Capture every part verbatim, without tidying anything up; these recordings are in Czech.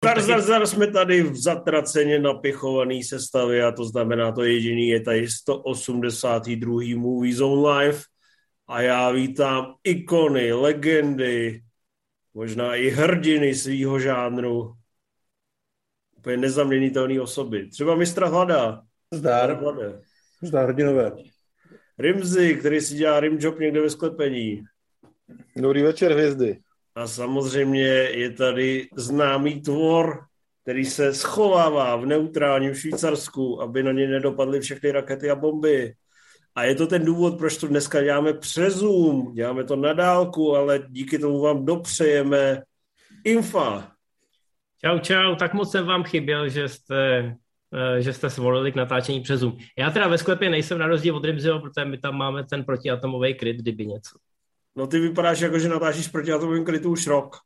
Zdar, taky... zdar, zdar, jsme tady v zatraceně napichovaný sestavě a to znamená, to jediný je tady sto osmdesátý druhý Movie Zone Live a já vítám ikony, legendy, možná i hrdiny svýho žánru, úplně nezaměnitelné osoby. Třeba mistra Hlada. Zdar. Zdar hrdinové. Rimzy, který si dělá rimjob někde ve sklepení. Dobrý večer, hvězdy. A samozřejmě je tady známý tvor, který se schovává v neutrálním Švýcarsku, aby na ně nedopadly všechny rakety a bomby. A je to ten důvod, proč to dneska děláme přes Zoom. Děláme to na dálku, ale díky tomu vám dopřejeme Infa. Čau, čau. Tak moc jsem vám chyběl, že jste, že jste svolili k natáčení přes Zoom. Já teda ve sklepě nejsem na rozdíl od Rimzyho, protože my tam máme ten protiatomový kryt, kdyby něco. No ty vypadáš jako, že natáčíš proti atomovým krytu už rok.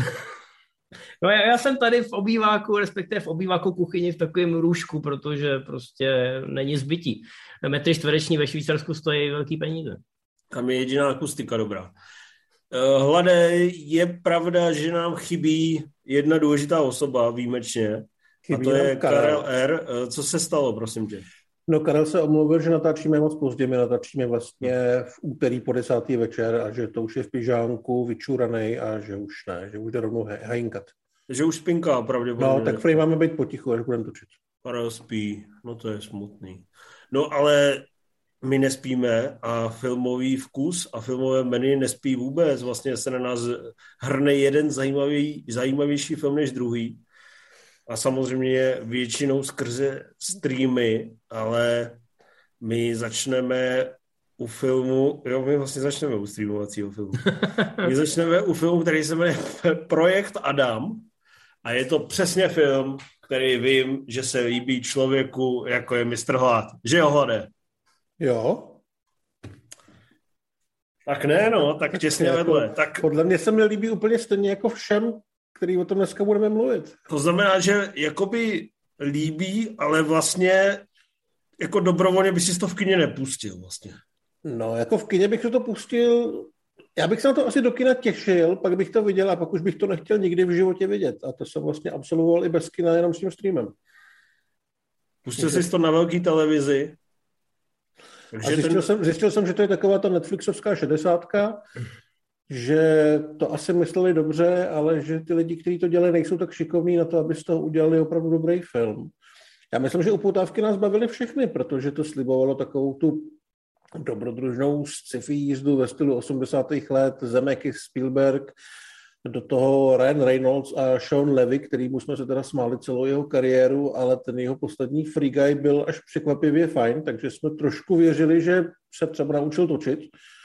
No já, já jsem tady v obýváku, respektive v obýváku kuchyni v takovém růžku, protože prostě není zbytí. Metry čtvereční ve Švýcarsku stojí velký peníze. Tam je jediná akustika dobrá. Hlade, je pravda, že nám chybí jedna důležitá osoba výjimečně, chybí a to je Karel R. Co se stalo, prosím tě? No, Karel se omluvil, že natáčíme moc pozdě, my natáčíme vlastně v úterý po desátý večer a že to už je v pyžánku, vyčuranej a že už ne, že už jde rovnou hajinkat. Že už spinká pravděpodobně. No, tak prý máme být potichu, až budeme točit. Karel spí, no to je smutný. No, ale my nespíme a filmový vkus a filmové menu nespí vůbec. Vlastně se na nás hrne jeden zajímavý, zajímavější film než druhý. A samozřejmě většinou skrze streamy, ale my začneme u filmu, jo, my vlastně začneme u streamovacího filmu. My začneme u filmu, který se jmenuje Projekt Adam a je to přesně film, který vím, že se líbí člověku, jako je mistr Hlad. Že jo, Hlade? Jo. Tak ne, no, tak těsně vedle. Tak... Podle mě se mi líbí úplně stejně jako všem, který o tom dneska budeme mluvit. To znamená, že jakoby líbí, ale vlastně jako dobrovolně by si to v kině nepustil vlastně. No, jako v kině bych to pustil, já bych se na to asi do kina těšil, pak bych to viděl a pak už bych to nechtěl nikdy v životě vidět. A to jsem vlastně absolvoval i bez kina, jenom s tím streamem. Pustil jsi to na velký televizi? Takže a zjistil, ten... jsem, zjistil jsem, že to je taková ta Netflixovská šedesátka, že to asi mysleli dobře, ale že ty lidi, kteří to dělají, nejsou tak šikovní na to, aby z toho udělali opravdu dobrý film. Já myslím, že upoutávky nás bavily všechny, protože to slibovalo takovou tu dobrodružnou sci-fi jízdu ve stylu osmdesátých let, Zemeckis, Spielberg, do toho Ryan Reynolds a Sean Levy, kterýmu jsme se teda smáli celou jeho kariéru, ale ten jeho poslední Free Guy byl až překvapivě fajn, takže jsme trošku věřili, že se třeba naučil točit.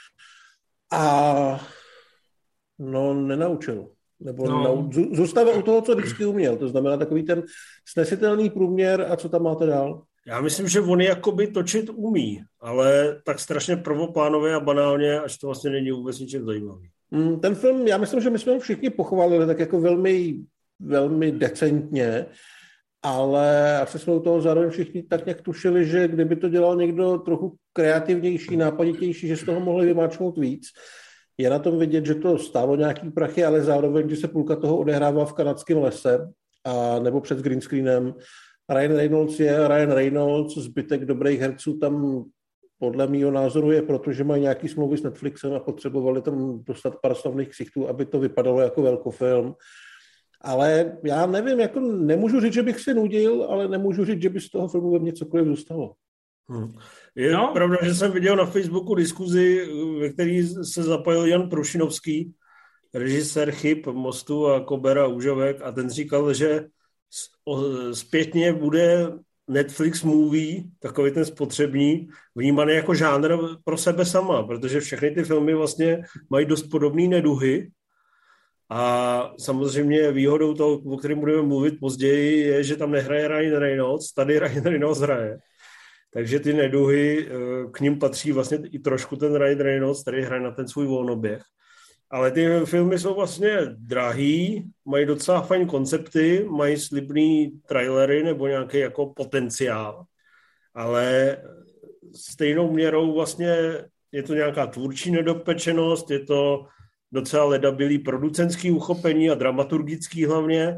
A no, nenaučil. Nebo no. nau... zůstává u toho, co vždycky uměl. To znamená takový ten snesitelný průměr a co tam máte dál? Já myslím, že on jakoby točit umí, ale tak strašně prvoplánově a banálně, až to vlastně není vůbec ničím zajímavý. Mm, ten film, já myslím, že my jsme ho všichni pochválili tak jako velmi, velmi decentně, ale asi jsme u toho zároveň všichni tak nějak tušili, že kdyby to dělal někdo trochu kreativnější, nápaditější, že z toho mohli vymáčknout víc. Je na tom vidět, že to stálo nějaký prachy, ale zároveň, že se půlka toho odehrává v kanadském lese a nebo před green screenem. Ryan Reynolds je Ryan Reynolds, zbytek dobrých herců tam podle mýho názoru je, protože mají nějaký smlouvy s Netflixem a potřebovali tam dostat pár slavných ksichtů, aby to vypadalo jako velkofilm. Ale já nevím, jako nemůžu říct, že bych se nudil, ale nemůžu říct, že by z toho filmu ve mně cokoliv zůstalo. Hmm. Je no. pravda, že jsem viděl na Facebooku diskuzi, ve který se zapojil Jan Prušinovský, režisér Chyb, Mostu a Kobera Úžovek, a ten říkal, že zpětně bude Netflix movie, takový ten spotřební, vnímaný jako žánr pro sebe sama, protože všechny ty filmy vlastně mají dost podobné neduhy a samozřejmě výhodou toho, o kterém budeme mluvit později, je, že tam nehraje Ryan Reynolds, tady Ryan Reynolds hraje. Takže ty neduhy, k nim patří vlastně i trošku ten Ryan Reynolds, který hraje na ten svůj volnoběh. Ale ty filmy jsou vlastně drahý, mají docela fajn koncepty, mají slibný trailery nebo nějaký jako potenciál. Ale stejnou měrou vlastně je to nějaká tvůrčí nedopečenost, je to docela ledabilý producentský uchopení a dramaturgický hlavně.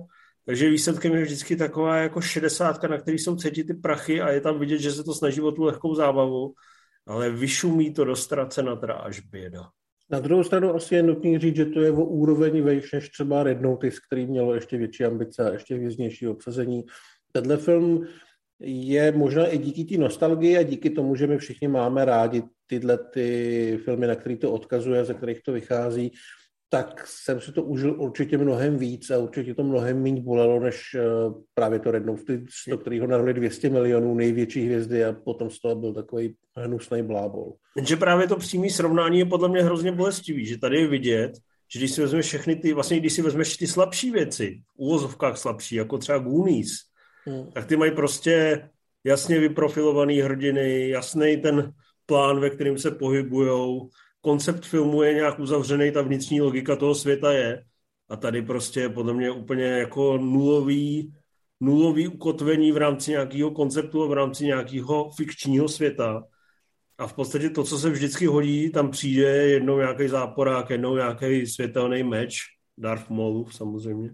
Takže výsledkem je vždycky taková jako šedesátka, na který jsou cítit ty prachy a je tam vidět, že se to snaží o tu lehkou zábavu, ale vyšumí to do ztracena teda až běda. Na druhou stranu asi je nutný říct, že to je o úroveň vejš než třeba Red Notice, který mělo ještě větší ambice a ještě význější obsazení. Tenhle film je možná i díky té nostalgii a díky tomu, že my všichni máme rádi tyhle ty filmy, na který to odkazuje, ze kterých to vychází, tak jsem si to užil určitě mnohem víc a určitě to mnohem méně bolelo, než právě to Red Notice, do kterého nahrali dvě stě milionů největší hvězdy a potom z toho byl takový hnusný blábol. Jenže právě to přímé srovnání je podle mě hrozně bolestivý, že tady je vidět, že když si vezmeš všechny ty, vlastně když si vezmeš ty slabší věci, v úvozovkách slabší, jako třeba Goonies, hmm. tak ty mají prostě jasně vyprofilovaný hrdiny, jasný ten plán, ve kterém se pohybujou, koncept filmu je nějak uzavřený, ta vnitřní logika toho světa je. A tady prostě je podle mě úplně jako nulový, nulový ukotvení v rámci nějakého konceptu a v rámci nějakého fikčního světa. A v podstatě to, co se vždycky hodí, tam přijde jednou nějaký záporák, jednou nějaký světelný meč, Darth Maulův samozřejmě.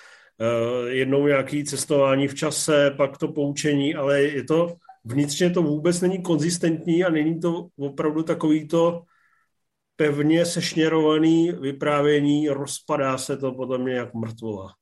Uh, jednou nějaký cestování v čase, pak to poučení, ale je to, vnitřně to vůbec není konzistentní a není to opravdu takový to pevně sešněrovaný vyprávění, rozpadá se to podle mě jak mrtvola.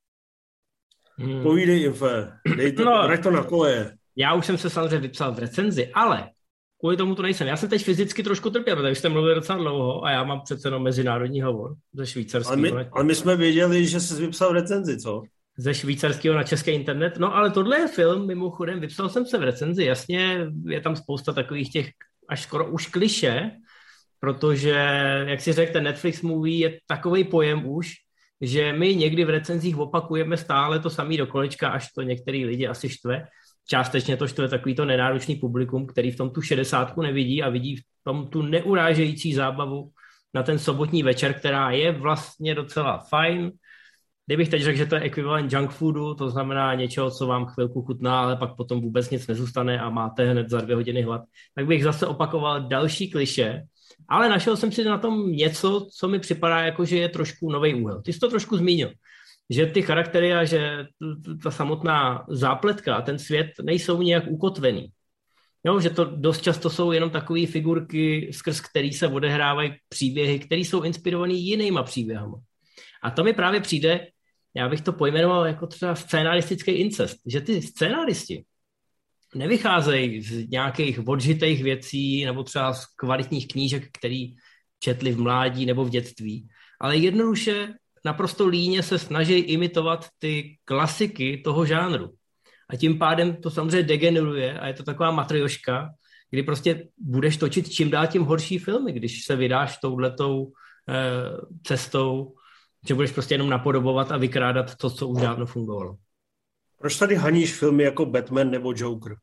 Hmm. Povídej, Infe, dej to, no, to na koleje. Já už jsem se samozřejmě vypsal v recenzi, ale kvůli tomu to nejsem. Já jsem teď fyzicky trošku trpěl, protože jste mluvili docela dlouho a já mám přece jenom mezinárodní hovor ze švýcarského. Ale my, ale my jsme věděli, že jsi vypsal v recenzi, co? Ze švýcarského na český internet. No ale tohle je film, mimochodem, vypsal jsem se v recenzi, jasně, je tam spousta takových těch až skoro už kliše, protože, jak si řekl, ten Netflix movie je takovej pojem už, že my někdy v recenzích opakujeme stále to samý do kolečka, až to některý lidi asi štve. Částečně to štve takový to nenáročný publikum, který v tom tu šedesátku nevidí a vidí v tom tu neurážející zábavu na ten sobotní večer, která je vlastně docela fajn. Kdybych teď řekl, že to je ekvivalent junk foodu, to znamená něčeho, co vám chvilku chutná, ale pak potom vůbec nic nezůstane a máte hned za dvě hodiny hlad, tak bych zase opakoval další kliše, ale našel jsem si na tom něco, co mi připadá jako, že je trošku nový úhel. Ty jsi to trošku zmínil, že ty charaktery a že ta samotná zápletka a ten svět nejsou nějak ukotvený. Jo, že to dost často jsou jenom takové figurky, skrz který se odehrávají příběhy, které jsou inspirované jinýma příběhama. A to mi právě přijde, já bych to pojmenoval jako třeba scénaristický incest, že ty scénaristi nevycházejí z nějakých odžitých věcí nebo třeba z kvalitních knížek, který četli v mládí nebo v dětství, ale jednoduše naprosto líně se snaží imitovat ty klasiky toho žánru. A tím pádem to samozřejmě degeneruje a je to taková matrioška, kdy prostě budeš točit čím dál tím horší filmy, když se vydáš touhletou eh, cestou, že budeš prostě jenom napodobovat a vykrádat to, co už dávno fungovalo. Proč tady haníš filmy jako Batman nebo Joker?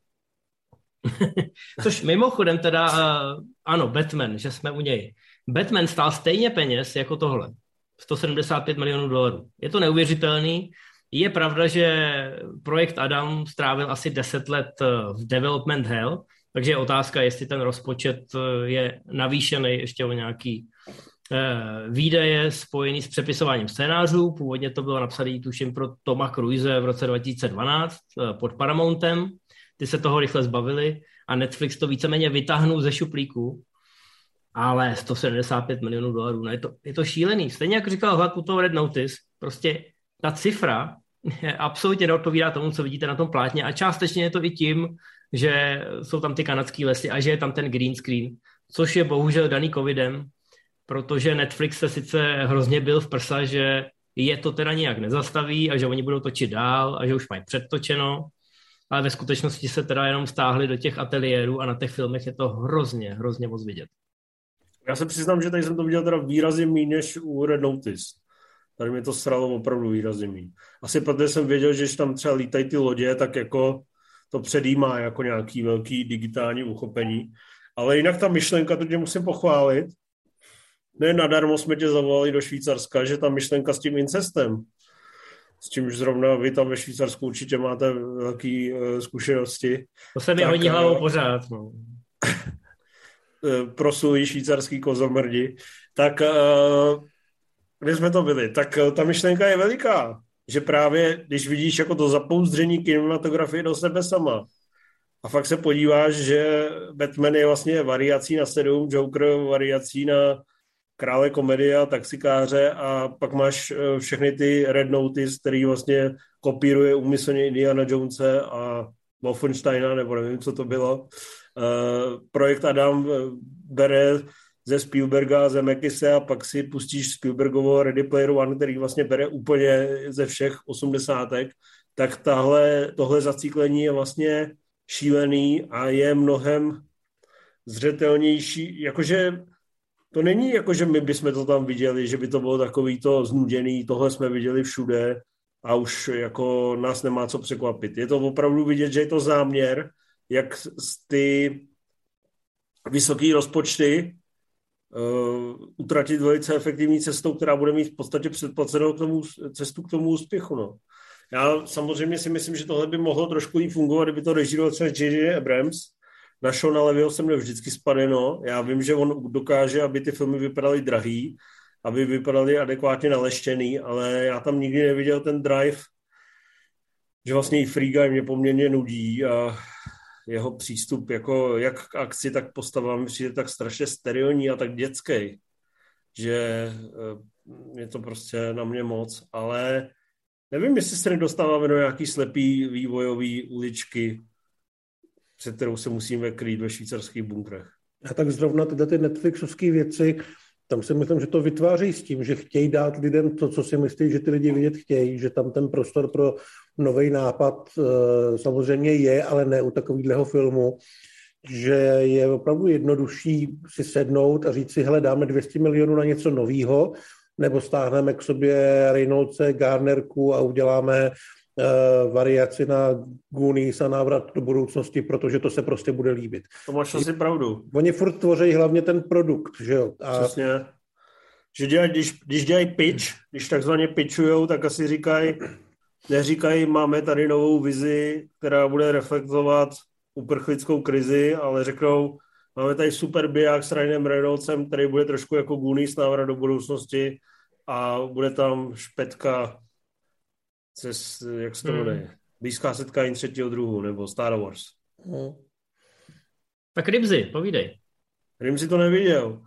Což mimochodem teda, uh, ano, Batman, že jsme u něj. Batman stál stejně peněz jako tohle. sto sedmdesát pět milionů dolarů. Je to neuvěřitelný. Je pravda, že projekt Adam strávil asi deset let v development hell, takže je otázka, jestli ten rozpočet je navýšený ještě o nějaký uh, výdaje spojený s přepisováním scénářů. Původně to bylo napsané, tuším, pro Toma Cruise v roce dva tisíce dvanáct uh, pod Paramountem. Ty se toho rychle zbavili a Netflix to víceméně vytáhnul ze šuplíku, ale sto sedmdesát pět milionů dolarů, no je to, je to šílený. Stejně jak říkal Hlad u toho Red Notice, prostě ta cifra absolutně neodpovídá tomu, co vidíte na tom plátně a částečně je to i tím, že jsou tam ty kanadský lesy a že je tam ten green screen, což je bohužel daný covidem, protože Netflix se sice hrozně byl v prsa, že je to teda nějak nezastaví a že oni budou točit dál a že už mají předtočeno, ale ve skutečnosti se teda jenom stáhli do těch ateliérů a na těch filmech je to hrozně, hrozně moc vidět. Já se přiznám, že tady jsem to viděl teda výrazně méně než u Red Notice. Tady mě to sralo opravdu výrazně méně. Asi protože jsem věděl, že když tam třeba lítají ty lodě, tak jako to předjímá jako nějaký velký digitální uchopení. Ale jinak ta myšlenka, to tě musím pochválit. Ne nadarmo jsme tě zavolali do Švýcarska, že ta myšlenka s tím incestem, s čímž zrovna vy tam ve Švýcarsku určitě máte velké uh, zkušenosti. To se mi hodí hlavou pořád. No. Proslulí švýcarský kozomrdi. Tak uh, kde jsme to byli? Tak uh, ta myšlenka je veliká. že právě, když vidíš jako to zapouzdření kinematografie do sebe sama a fakt se podíváš, že Batman je vlastně variací na sedm, Joker variací na Krále komedie a Taxikáře a pak máš všechny ty Red Notice, který vlastně kopíruje úmyslně Indiana Jonese a Wolfensteina, nebo nevím, co to bylo. Projekt Adam bere ze Spielberga a Zemeckise a pak si pustíš Spielbergovo Ready Player One, který vlastně bere úplně ze všech osmdesátek, tak tahle, tohle zacíklení je vlastně šílený a je mnohem zřetelnější, jakože to není jako, že my bychom to tam viděli, že by to bylo takový to znuděný, tohle jsme viděli všude a už jako nás nemá co překvapit. Je to opravdu vidět, že je to záměr, jak ty vysoké rozpočty uh, utratit velice efektivní cestou, která bude mít v podstatě předplacenou k tomu, cestu k tomu úspěchu. No. Já samozřejmě si myslím, že tohle by mohlo trošku líp fungovat, kdyby to režíroval třeba J J Abrams. Na Shona Levyho jsem vždycky spadeno. Já vím, že on dokáže, aby ty filmy vypadaly drahý, aby vypadaly adekvátně naleštěný, ale já tam nikdy neviděl ten drive, že vlastně i Free Guy mě poměrně nudí a jeho přístup jako jak k akci, tak k postavám přijde tak strašně sterilní a tak dětský, že je to prostě na mě moc, ale nevím, jestli se nedostáváme do nějaký slepý vývojový uličky, před kterou se musíme krýt ve švýcarských bunkrech. A tak zrovna tyhle ty Netflixovské věci, tam si myslím, že to vytváří s tím, že chtějí dát lidem to, co si myslí, že ty lidi vidět chtějí, že tam ten prostor pro nový nápad samozřejmě je, ale ne u takovýhleho filmu, že je opravdu jednodušší si sednout a říct si, hele, dáme dvě stě milionů na něco novýho, nebo stáhneme k sobě Reynoldse, Garnerku a uděláme uh, variaci na Goonies a návrat do budoucnosti, protože to se prostě bude líbit. To máš asi pravdu. Oni furt tvoří hlavně ten produkt, že jo? A... Přesně. Že dělají, když, když dělají pitch, když takzvaně pitchujou, tak asi říkají, neříkají, máme tady novou vizi, která bude reflektovat uprchlickou krizi, ale řeknou, máme tady super biják s Ryanem Reynoldsem, který bude trošku jako Goonies návrat do budoucnosti a bude tam špetka cez, jak se to jmenuje, hmm. blízká setkání třetího druhu, nebo Star Wars. Hmm. Tak Rybzy, povídej. Rybzy to neviděl.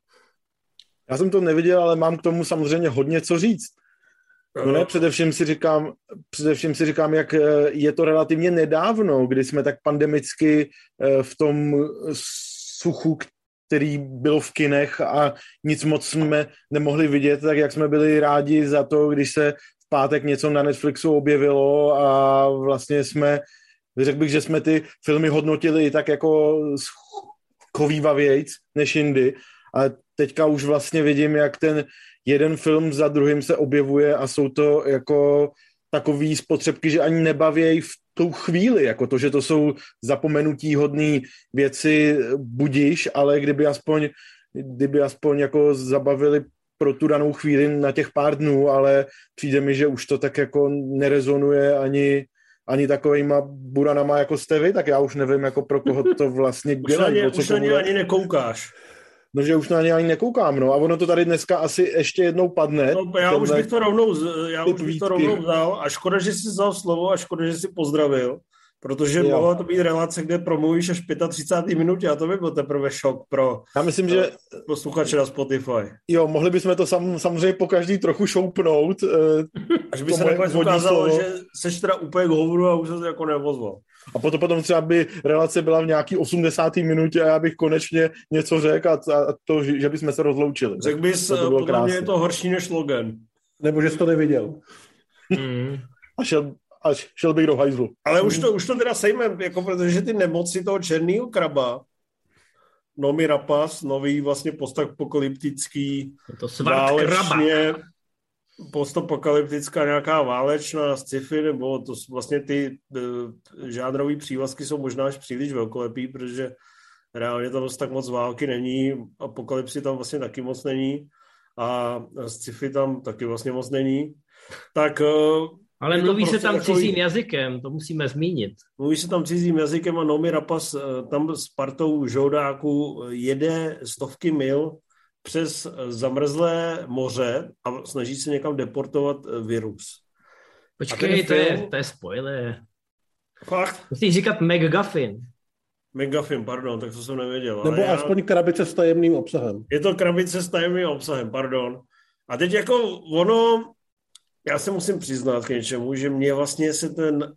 Já jsem to neviděl, ale mám k tomu samozřejmě hodně co říct. No ne, především si říkám, především si říkám, jak je to relativně nedávno, kdy jsme tak pandemicky v tom suchu, který byl v kinech a nic moc jsme nemohli vidět, tak jak jsme byli rádi za to, když se v pátek něco na Netflixu objevilo a vlastně jsme, řekl bych, že jsme ty filmy hodnotili i tak jako chovývavějc než jindy. A teďka už vlastně vidím, jak ten jeden film za druhým se objevuje a jsou to jako takový spotřebky, že ani nebavějí v tou chvíli, jako to, že to jsou zapomenutíhodné věci budiš, ale kdyby aspoň, kdyby aspoň jako zabavili pro tu danou chvíli na těch pár dnů, ale přijde mi, že už to tak jako nerezonuje ani, ani takovýma buranama, jako jste vy, tak já už nevím, jako pro koho to vlastně dělají. Už na ně ani nekoukáš. No, že už na ně ani nekoukám, no. A ono to tady dneska asi ještě jednou padne. No, já už bych to rovnou, já už bych to rovnou vzal a škoda, že jsi vzal slovo a škoda, že jsi pozdravil, protože jo. Mohla to být relace, kde promluvíš až v třicáté pátý minutě a to by byl teprve šok pro já myslím, že posluchače na Spotify. Jo, mohli bychom to sam, samozřejmě po každý trochu šoupnout. Až by se nakonec ukázalo, slovo. Že seš teda úplně k hovoru a už se to jako nevozval. A potom, potom třeba by relace byla v nějaký osmdesáté minutě a já bych konečně něco řekl a, a to, že bychom se rozloučili. Řekl bys, to podle mě je to horší než Logan. Nebo že jsi to neviděl. Mm. A šel, a šel bych do hajzlu. Ale už to, už to teda sejme, jako protože ty nemoci toho černýho kraba, Noomi Rapace, nový vlastně postapokalyptický, válečně, postapokalyptická nějaká válečná sci-fi, nebo to vlastně ty uh, žánrový přívlastky jsou možná až příliš velkolepý, protože reálně tam tak moc války není, apokalypsy tam vlastně taky moc není a sci-fi tam taky vlastně moc není. Tak uh, ale mluví prostě se tam takový, cizím jazykem, to musíme zmínit. Mluví se tam cizím jazykem a Noomi Rapace tam s partou žoldáků jede stovky mil přes zamrzlé moře a snaží se někam deportovat virus. Počkej, to je, to je spoiler. Fakt? Musíš říkat MacGuffin. MacGuffin, pardon, tak to jsem nevěděl. Nebo já... aspoň krabice s tajemným obsahem. Je to krabice s tajemným obsahem, pardon. A teď jako ono, já se musím přiznat k něčemu, že mě vlastně se ten,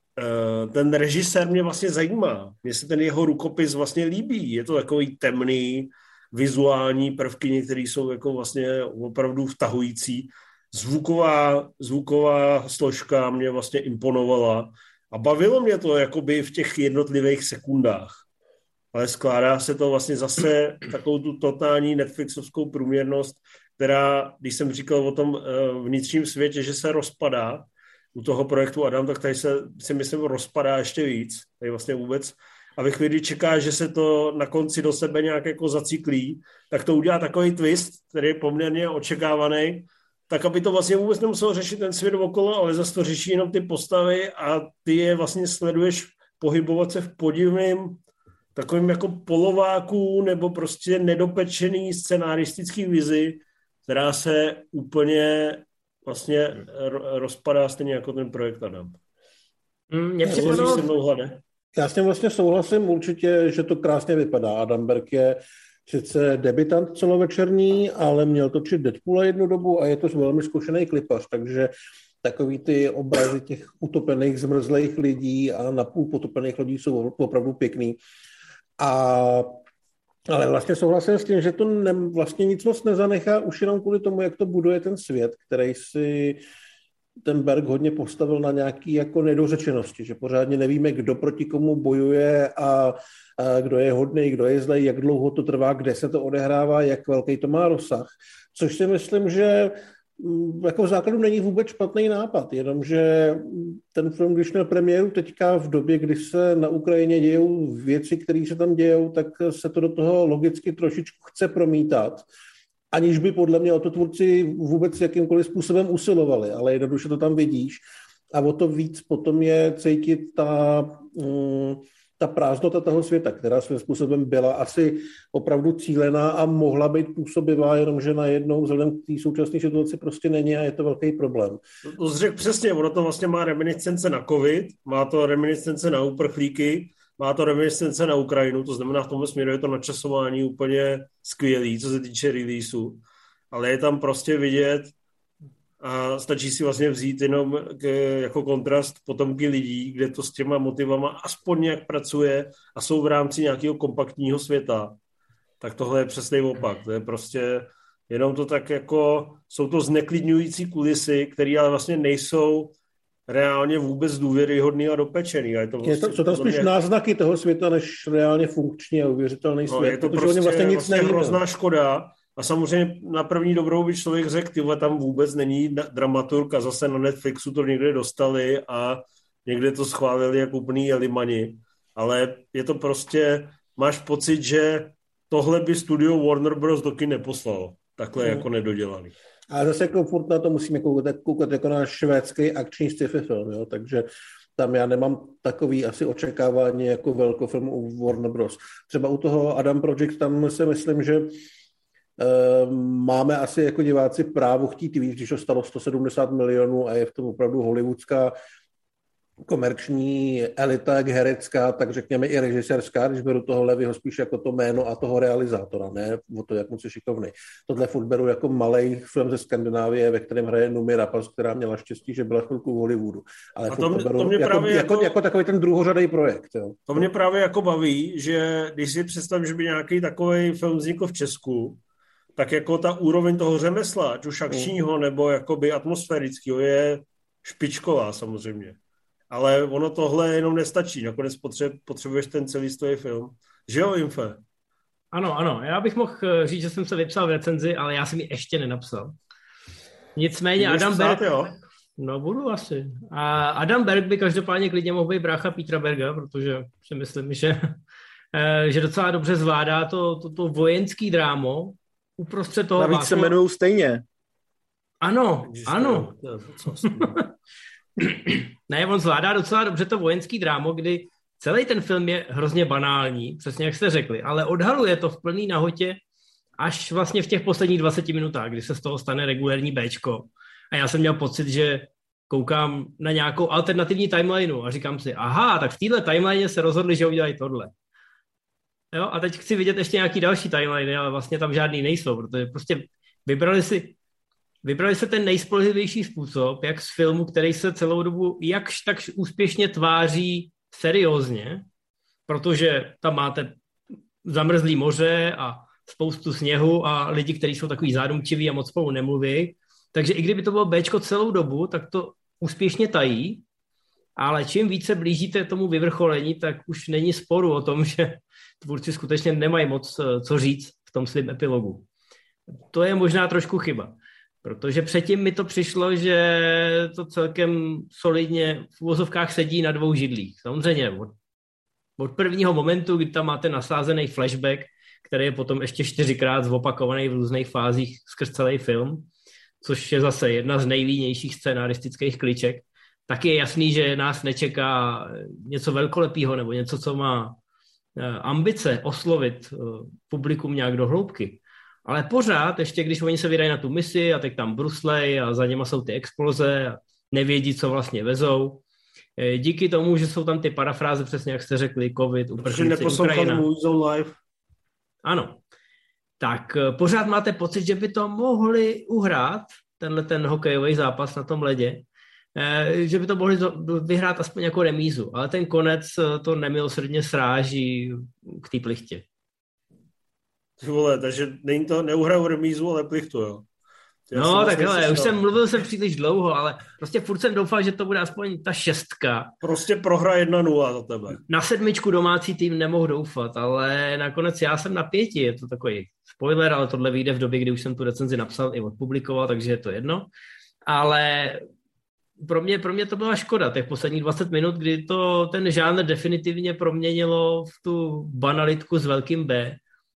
ten režisér mě vlastně zajímá. Mně se ten jeho rukopis vlastně líbí. Je to takový temný, vizuální prvky, některé jsou jako vlastně opravdu vtahující. Zvuková, zvuková složka mě vlastně imponovala a bavilo mě to jakoby v těch jednotlivých sekundách. Ale skládá se to vlastně zase takovou tu totální Netflixovskou průměrnost, která, když jsem říkal o tom vnitřním světě, že se rozpadá u toho projektu Adam, tak tady se si myslím rozpadá ještě víc. Tady vlastně vůbec. A ve chvíli, kdy čeká, že se to na konci do sebe nějak jako zacyklí, tak to udělá takový twist, který je poměrně očekávaný, tak aby to vlastně vůbec nemuselo řešit ten svět okolo, ale zase to řeší jenom ty postavy a ty je vlastně sleduješ pohybovat se v podivným takovým jako polováku nebo prostě nedopečený scenaristický vizi, která se úplně vlastně rozpadá stejně jako ten projekt Adam. Mě připadalo... se mnou hlade. Já s tím vlastně souhlasím určitě, že to krásně vypadá. Adam Berg je sice debutant celovečerní, ale měl točit Deadpoola jednu dobu a je to velmi zkušený klipař, takže takový ty obrazy těch utopených, zmrzlých lidí a napůl potopených lidí jsou opravdu pěkný. A, ale vlastně souhlasím s tím, že to ne, vlastně nic moc nezanechá už jenom kvůli tomu, jak to buduje ten svět, který si ten Berg hodně postavil na nějaký jako nedořečenosti, že pořádně nevíme, kdo proti komu bojuje a, a kdo je hodný, kdo je zlej, jak dlouho to trvá, kde se to odehrává, jak velký to má rozsah. Což si myslím, že jako v základu není vůbec špatný nápad, jenomže ten film, když měl premiéru teďka v době, kdy se na Ukrajině dějou věci, které se tam dějou, tak se to do toho logicky trošičku chce promítat, aniž by podle mě o to tvůrci vůbec jakýmkoliv způsobem usilovali, ale jednoduše to tam vidíš a o to víc potom je cítit ta, ta prázdnota toho světa, která svým způsobem byla asi opravdu cílená a mohla být působivá, jenomže najednou vzhledem k té současné situaci prostě není a je to velký problém. To, to řekl přesně, ono to vlastně má reminiscence na covid, má to reminiscence na uprchlíky, má to reminiscence na Ukrajinu, to znamená v tomhle směru je to načasování úplně skvělý, co se týče releaseu, ale je tam prostě vidět a stačí si vlastně vzít jenom k, jako kontrast potomky lidí, kde to s těma motivama aspoň nějak pracuje a jsou v rámci nějakého kompaktního světa. Tak tohle je přesný opak. To je prostě jenom to tak jako, jsou to zneklidňující kulisy, které ale vlastně nejsou reálně vůbec důvěryhodný a dopečený. A je to vlastně, je to, jsou tam spíš mě... náznaky toho světa, než reálně funkční a uvěřitelný svět. No, je to prostě, vlastně nic vlastně hrozná škoda. A samozřejmě na první dobrou by člověk řekl, tyhle tam vůbec není dramaturg a zase na Netflixu to někde dostali a někde to schválili jako úplný jelimani. Ale je to prostě, máš pocit, že tohle by studio Warner Bros. Do kin neposlalo. Takhle hmm. jako nedodělaný. A zase jako furt na to musíme koukat, koukat jako na švédský akční sci-fi film, jo? Takže tam já nemám takový asi očekávání jako velkofilmu u Warner Bros. Třeba u toho Adam Project, tam si myslím, že uh, máme asi jako diváci právo chtít víc, když to stalo sto sedmdesát milionů a je v tom opravdu hollywoodská komerční elita, jak herecká, tak řekněme i režisérská, když beru toho Levyho spíš jako to jméno a toho realizátora, ne o to, jak moc je šikovný. Tohle furt beru jako malej film ze Skandinávie, ve kterém hraje Noomi Rapace, která měla štěstí, že byla chvilku v Hollywoodu. Ale to, to, mě, beru to mě jako, právě jako, jako, jako takový ten druhořadý projekt. Jo. To mě právě jako baví, že když si představím, že by nějaký takový film vznikl v Česku, tak jako ta úroveň toho řemesla, ať už akčního mm. nebo jakoby atmosférického, je špičková samozřejmě. Ale ono tohle jenom nestačí. Nakonec potřebuješ ten celistvý film. Že jo, Infe? Ano, ano. Já bych mohl říct, že jsem se vypsal v recenzi, ale já jsem ji ještě nenapsal. Nicméně Adam Berg... Psát, jo? No, budu asi. A Adam Berg by každopádně klidně mohl být brácha Petra Berga, protože si myslím, že, že docela dobře zvládá to, to, to vojenský drámo uprostřed toho... Navíc se jmenují stejně. Ano, ano. Ne, on zvládá docela dobře to vojenský drámo, kdy celý ten film je hrozně banální, přesně jak jste řekli, ale odhaluje to v plný nahotě až vlastně v těch posledních dvaceti minutách, kdy se z toho stane regulérní béčko. A já jsem měl pocit, že koukám na nějakou alternativní timelineu a říkám si, aha, tak v téhle timeline se rozhodli, že udělají tohle. Jo, a teď chci vidět ještě nějaký další timeline, ale vlastně tam žádný nejsou, protože prostě vybrali si, vybrali se ten nejspolehlivější způsob, jak z filmu, který se celou dobu jakž tak úspěšně tváří seriózně, protože tam máte zamrzlý moře a spoustu sněhu a lidi, kteří jsou takový zádumčiví a moc spolu nemluví. Takže i kdyby to bylo Bčko celou dobu, tak to úspěšně tají, ale čím více blížíte tomu vyvrcholení, tak už není sporu o tom, že tvůrci skutečně nemají moc co říct v tom svém epilogu. To je možná trošku chyba, protože předtím mi to přišlo, že to celkem solidně v uvozovkách sedí na dvou židlích. Samozřejmě od, od prvního momentu, kdy tam máte nasázený flashback, který je potom ještě čtyřikrát zopakovaný v různých fázích skrz celý film, což je zase jedna z nejvýnějších scenaristických kliček, tak je jasný, že nás nečeká něco velkolepého nebo něco, co má ambice oslovit publikum nějak do hloubky. Ale pořád, ještě když oni se vydají na tu misi a teď tam bruslej a za něma jsou ty exploze a nevědí, co vlastně vezou. Díky tomu, že jsou tam ty parafráze, přesně jak jste řekli, covid, uprchlíci, Ukrajina. Ano. Tak pořád máte pocit, že by to mohli uhrát, tenhle ten hokejový zápas na tom ledě, že by to mohli vyhrát aspoň jako remízu, ale ten konec to nemilosrdně sráží k té plichtě. Ty vole, takže není to, neuhrajou remízu, ale plichtu, jo? Já no, tak hele, už jsem mluvil jsem příliš dlouho, ale prostě furt jsem doufal, že to bude aspoň ta šestka. Prostě prohra jedna nula za tebe. Na sedmičku domácí tým nemohl doufat, ale nakonec já jsem na pěti, je to takový spoiler, ale tohle vyjde v době, kdy už jsem tu recenzi napsal i odpublikoval, takže je to jedno. Ale pro mě, pro mě to byla škoda, těch posledních dvacet minut, kdy to ten žánr definitivně proměnilo v tu banalitku s velkým B.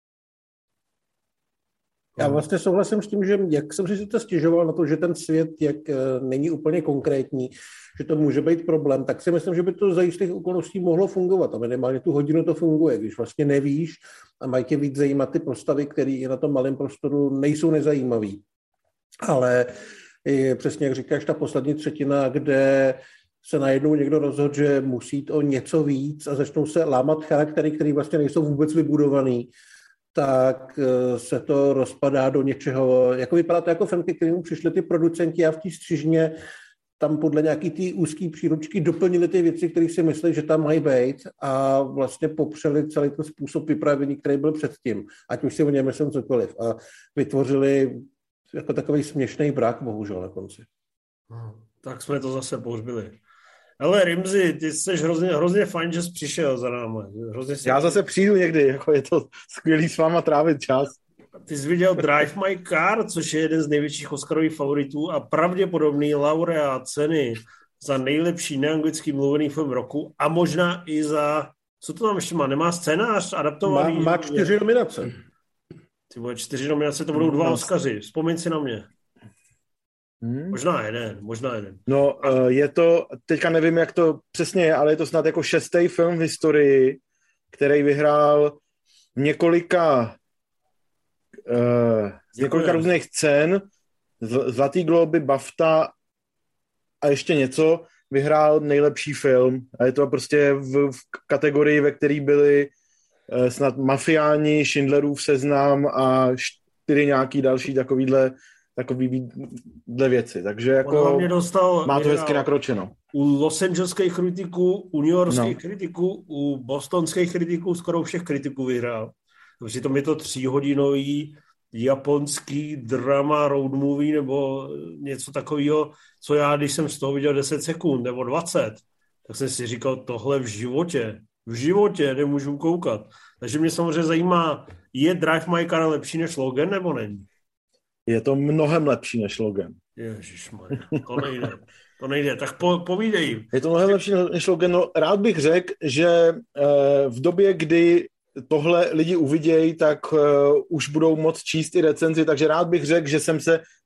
Já vlastně souhlasím s tím, že jak jsem si to stěžoval na to, že ten svět jak není úplně konkrétní, že to může být problém, tak si myslím, že by to za jistých okolností mohlo fungovat a minimálně tu hodinu to funguje, když vlastně nevíš a mají tě víc zajímat ty postavy, které na tom malém prostoru nejsou nezajímavý. Ale je přesně jak říkáš, ta poslední třetina, kde se najednou někdo rozhodl, že musí jít o něco víc a začnou se lámat charaktery, které vlastně nejsou vůbec vybudovaný, tak se to rozpadá do něčeho, jako vypadá to jako film, ke kterému přišli ty producenti a v té střižně tam podle nějaký té úzké příručky doplnili ty věci, které si myslí, že tam mají být a vlastně popřeli celý ten způsob vyprávění, který byl předtím, ať už si o něm myslím cokoliv a vytvořili jako takový směšný brak, bohužel na konci. Hmm, tak jsme to zase pohřbili. Ale Rimzi, ty jsi hrozně, hrozně fajn, že jsi přišel za náma. Hrozně Já zase přijdu někdy, jako je to skvělý s váma trávit čas. Ty jsi viděl Drive My Car, což je jeden z největších oscarových favoritů a pravděpodobný laureát ceny za nejlepší neanglicky mluvený film roku a možná i za, co to tam ještě má, nemá scénář adaptovaný? Má, má čtyři nominace. Ty vole, čtyři nominace, to budou dva Oscaři, vzpomeň si na mě. Hmm. Možná jeden, možná jeden. No, uh, je to, teďka nevím, jak to přesně je, ale je to snad jako šestý film v historii, který vyhrál několika uh, z několika různých cen, Zlatý globy, BAFTA a ještě něco, vyhrál nejlepší film. A je to prostě v, v kategorii, ve které byly uh, snad Mafiáni, Schindlerův seznam a čtyři nějaký další takovýhle takovýhle věci, takže jako dostal, má to hezky nakročeno. U Los Angeleských kritiků, u New Yorkských no. kritiků, u bostonských kritiků, skoro u všech kritiků vyhrál. Takže to je to tříhodinový japonský drama road movie nebo něco takového, co já, když jsem z toho viděl deset sekund nebo dvacet, tak jsem si říkal, tohle v životě, v životě nemůžu koukat. Takže mě samozřejmě zajímá, je Drive My Car lepší než Logan nebo není? Je to mnohem lepší než Logan. Ježišmarja, to nejde. To nejde, tak po, povídej. Je to mnohem lepší než Logan. No, rád bych řekl, že eh, v době, kdy tohle lidi uvidějí, tak uh, už budou moc číst i recenzi, takže rád bych řekl, že jsem se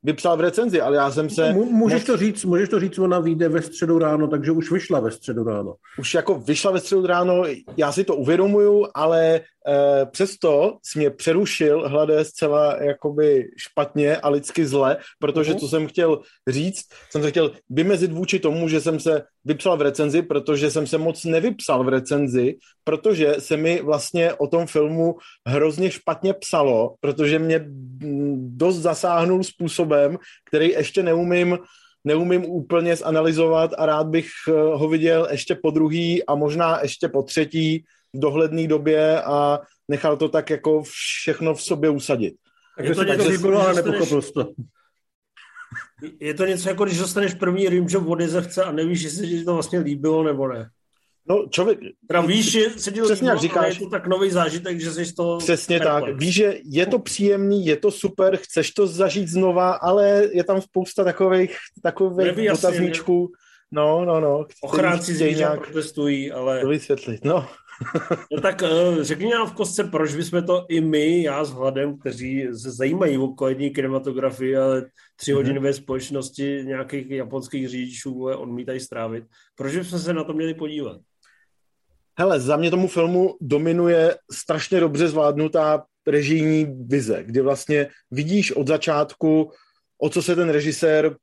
vypsal v recenzi, ale já jsem se... Můžeš to říct, můžeš to říct, ona vyjde ve středu ráno, takže už vyšla ve středu ráno. Už jako vyšla ve středu ráno, já si to uvědomuju, ale e, přesto jsi mě přerušil, hladé zcela jakoby špatně a lidsky zle, protože uh-huh. co jsem chtěl říct, jsem se chtěl vymezit vůči tomu, že jsem se vypsal v recenzi, protože jsem se moc nevypsal v recenzi, protože se mi vlastně o tom filmu hrozně špatně psalo, protože mě dost zasáhnul způsobem, který ještě neumím, neumím úplně zanalyzovat a rád bych ho viděl ještě po druhý a možná ještě po třetí v dohledné době a nechal to tak jako všechno v sobě usadit. Takže to něco líbilo, ale nepochopil to. Je to něco jako, když dostaneš první rimjob od Jezevce a nevíš, jestli ti to vlastně líbilo nebo ne. No, člověk... Teda víš, že se ti to přesně líbilo, říkáš, ale je to tak nový zážitek, že jsi to... Přesně perplex. Tak. Víš, že je to příjemný, je to super, chceš to zažít znova, ale je tam spousta takových, takových dotazníčků. No, no, no. Ochránci zvířat protestují, ale... To vysvětlit, no. No tak řekni nám v kostce, proč bychom to i my, já s Hladem, kteří se zajímají o kvalitní kinematografii, ale tři mm-hmm. hodiny ve společnosti nějakých japonských řidičů odmítají strávit. Proč bychom se na to měli podívat? Hele, za mě tomu filmu dominuje strašně dobře zvládnutá režijní vize, kdy vlastně vidíš od začátku, o co se ten režisér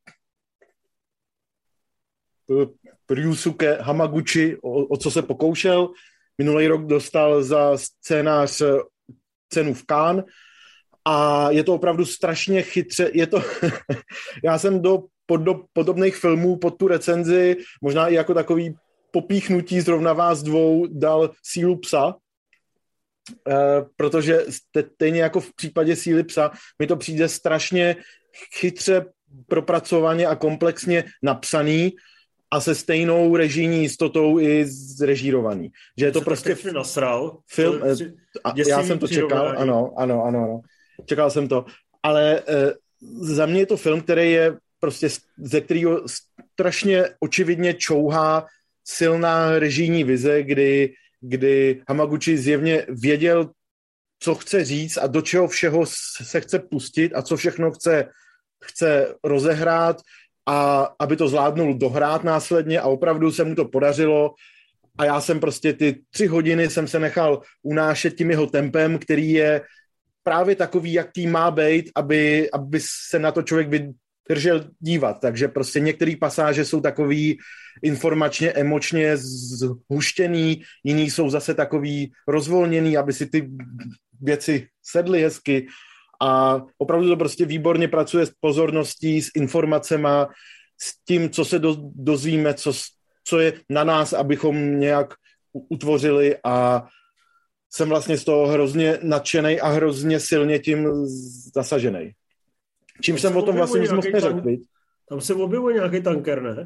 Ryusuke Hamaguchi, o, o co se pokoušel. Minulý rok dostal za scénář cenu v Cannes a je to opravdu strašně chytře. Je to, já jsem do, pod, do podobných filmů pod tu recenzi, možná i jako takový popíchnutí zrovna vás dvou dal Sílu psa, eh, protože stejně jako v případě Síly psa mi to přijde strašně chytře propracovaně a komplexně napsaný a se stejnou režijní jistotou i zrežírovaný. Že je to prostě nasral, film, a já jsem to čekal, ano, ano, ano, ano, čekal jsem to, ale eh, za mě je to film, který je prostě, ze kterého strašně očividně čouhá silná režijní vize, kdy, kdy Hamaguchi zjevně věděl, co chce říct a do čeho všeho se chce pustit a co všechno chce, chce rozehrát a aby to zvládnul dohrát následně a opravdu se mu to podařilo a já jsem prostě ty tři hodiny jsem se nechal unášet tím jeho tempem, který je právě takový, jak tým má být, aby, aby se na to člověk vydržel dívat. Takže prostě některé pasáže jsou takový informačně, emočně zhuštěný, jiný jsou zase takový rozvolněný, aby si ty věci sedly hezky a opravdu to prostě výborně pracuje s pozorností, s informacema, s tím, co se do, dozvíme, co, co je na nás, abychom nějak utvořili a jsem vlastně z toho hrozně nadšenej a hrozně silně tím zasaženej. Čím jsem o tom vlastně nic moc neřekl. Tam se objevuje nějaký tanker, ne?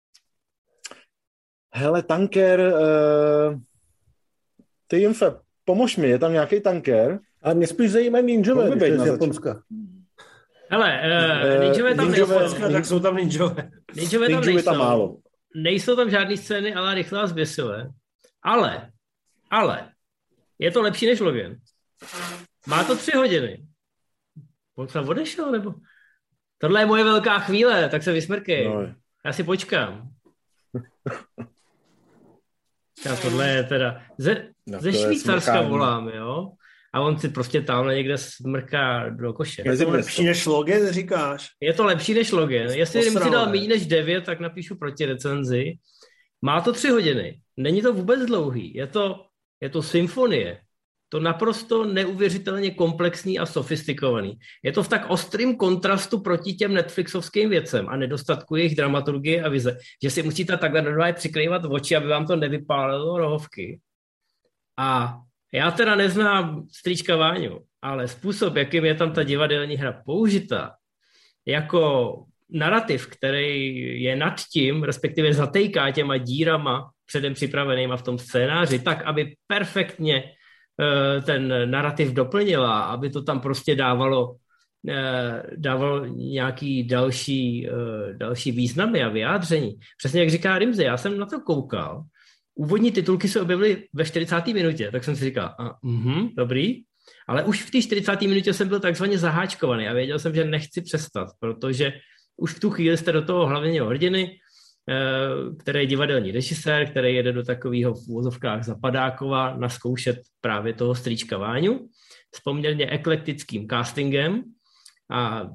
Hele, tanker, uh, ty Jimfe, pomož mi, je tam nějaký tanker? Ale mě spíš zajímají ninjové, když je z Japonska. Hele, uh, ninjové tam ninjové, nejsou. Tak jsou tam ninjové. Ninjové tam nejsou. Tam málo. Nejsou tam žádný scény, ale rychle a zběsilé. Ale, ale, je to lepší než Logan. Má to tři hodiny. On tam odešel, nebo? Tohle je moje velká chvíle, tak se vysmrkej. No. Já si počkám. Já tohle je teda... Ze, no, ze Švýcarska volám, jo? A on si prostě tamhle někde smrká do koše. Je to lepší než Logan, říkáš? Je to lepší než Logan. Jestli mi si dal méně než devět, tak napíšu proti recenzi. Má to tři hodiny. Není to vůbec dlouhý. Je to, je to symfonie. To naprosto neuvěřitelně komplexní a sofistikovaný. Je to v tak ostrým kontrastu proti těm Netflixovským věcem a nedostatku jejich dramaturgie a vize, že si musíte takhle normálně přikrývat oči, aby vám to nevypálilo rohovky. A já teda neznám strýčka Váňu, ale způsob, jakým je tam ta divadelní hra použita, jako narrativ, který je nad tím, respektive zatejká těma dírama předem připravenýma v tom scénáři, tak, aby perfektně ten narrativ doplnila, aby to tam prostě dávalo, dávalo nějaký další, další významy a vyjádření. Přesně jak říká Rimzi, já jsem na to koukal. Úvodní titulky se objevily ve čtyřicáté minutě, tak jsem si říkal, a, uh, dobrý. Ale už v té čtyřicáté minutě jsem byl takzvaně zaháčkovaný a věděl jsem, že nechci přestat, protože už v tu chvíli jste do toho hlavního hrdiny, který je divadelní režisér, který jede do takového v úvozovkách Zapadákova naskoušet právě toho strýčka Váňu s poměrně eklektickým castingem a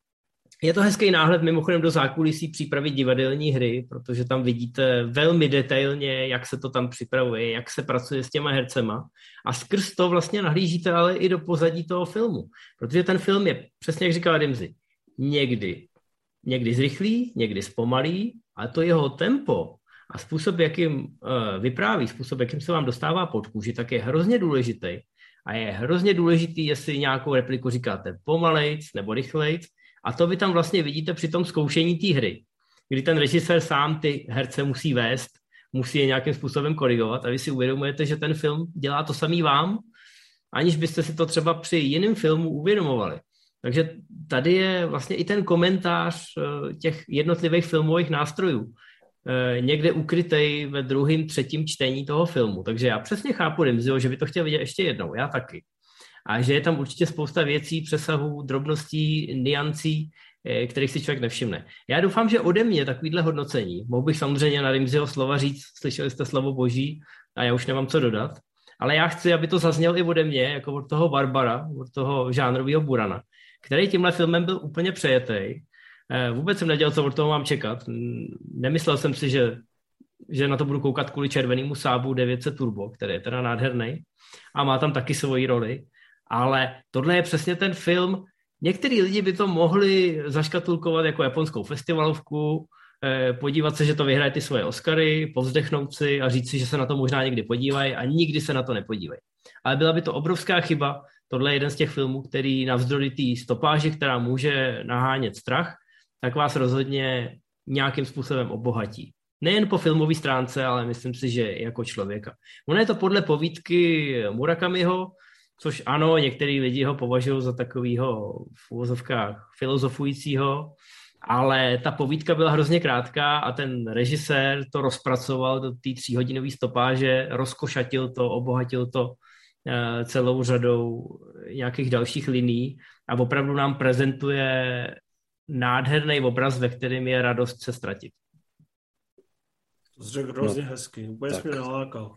je to hezký náhled mimochodem do zákulisí přípravy divadelní hry, protože tam vidíte velmi detailně, jak se to tam připravuje, jak se pracuje s těma hercema a skrz to vlastně nahlížíte ale i do pozadí toho filmu, protože ten film je, přesně jak říkal Rimzi, někdy, někdy zrychlý, někdy zpomalý, ale to jeho tempo a způsob, jakým uh, vypráví, způsob, jakým se vám dostává pod kůži, tak je hrozně důležitý a je hrozně důležitý, jestli nějakou repliku říkáte pomalejc nebo rychlejc. A to vy tam vlastně vidíte při tom zkoušení té hry, kdy ten režisér sám ty herce musí vést, musí je nějakým způsobem korigovat a vy si uvědomujete, že ten film dělá to samý vám, aniž byste si to třeba při jiném filmu uvědomovali. Takže tady je vlastně i ten komentář těch jednotlivých filmových nástrojů někde ukrytej ve druhém, třetím čtení toho filmu. Takže já přesně chápu Rimziho, že by to chtěl vidět ještě jednou, já taky. A že je tam určitě spousta věcí, přesahů, drobností, niancí, kterých si člověk nevšimne. Já doufám, že ode mě takovýhle hodnocení, mohl bych samozřejmě na Rimziho slova říct, slyšeli jste slovo boží a já už nemám co dodat, ale já chci, aby to zaznělo i ode mě, jako od toho Barbara, od toho žánrového burana, který tímhle filmem byl úplně přejetej. Vůbec jsem nedělal, co od toho mám čekat. Nemyslel jsem si, že, že na to budu koukat kvůli červenému Saabu devět set Turbo, který je teda nádherný a má tam taky svoji roli. Ale tohle je přesně ten film. Některý lidi by to mohli zaškatulkovat jako japonskou festivalovku, podívat se, že to vyhraje ty svoje Oscary, povzdechnout si a říct si, že se na to možná někdy podívají a nikdy se na to nepodívají. Ale byla by to obrovská chyba. Tohle je jeden z těch filmů, který navzdory té stopáži, která může nahánět strach, tak vás rozhodně nějakým způsobem obohatí. Nejen po filmové stránce, ale myslím si, že jako člověka. Ono je to podle povídky Murakamiho, což ano, některý lidi ho považují za takovýho v uvozovkách filozofujícího, ale ta povídka byla hrozně krátká a ten režisér to rozpracoval do té tříhodinové stopáže, rozkošatil to, obohatil to celou řadou nějakých dalších linií a opravdu nám prezentuje nádherný obraz, ve kterém je radost se ztratit. To jsi řekl hrozně no, hezky, úplně jsi mě nalákal.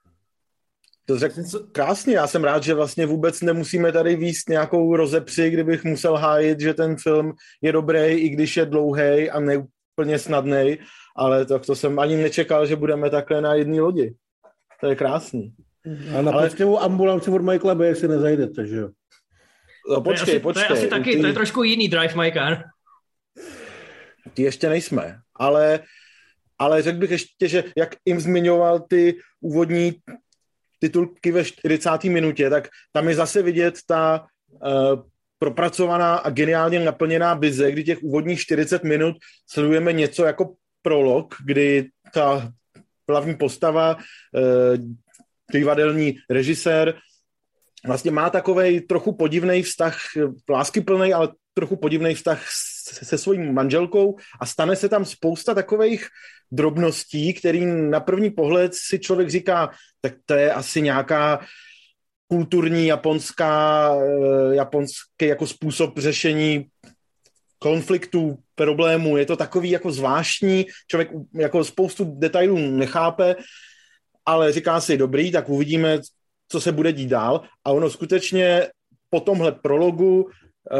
To řekl krásně, já jsem rád, že vlastně vůbec nemusíme tady víct nějakou rozepři, kdybych musel hájit, že ten film je dobrý, i když je dlouhý a neúplně snadnej, ale to, to jsem ani nečekal, že budeme takhle na jedné lodi. To je krásný. A na ale... poctivou ambulanci od Michaela Bay si nezajdete, že jo? No, počkej, to je asi, počkej. To je asi taky, ty... to je trošku jiný Drive My Car. Ty ještě nejsme, ale, ale řekl bych ještě, že jak jim zmiňoval ty úvodní titulky ve čtyřicáté minutě, tak tam je zase vidět ta uh, propracovaná a geniálně naplněná vize, kdy těch úvodních čtyřicet minut sledujeme něco jako prolog, kdy ta hlavní postava, uh, divadelní režisér, vlastně má takovej trochu podivný vztah, láskyplný, ale trochu podivný vztah se svojí manželkou a stane se tam spousta takových drobností, který na první pohled si člověk říká, tak to je asi nějaká kulturní japonská, japonský jako způsob řešení konfliktů, problémů. Je to takový jako zvláštní, člověk jako spoustu detailů nechápe, ale říká si dobrý, tak uvidíme, co se bude dít dál. A ono skutečně po tomhle prologu uh,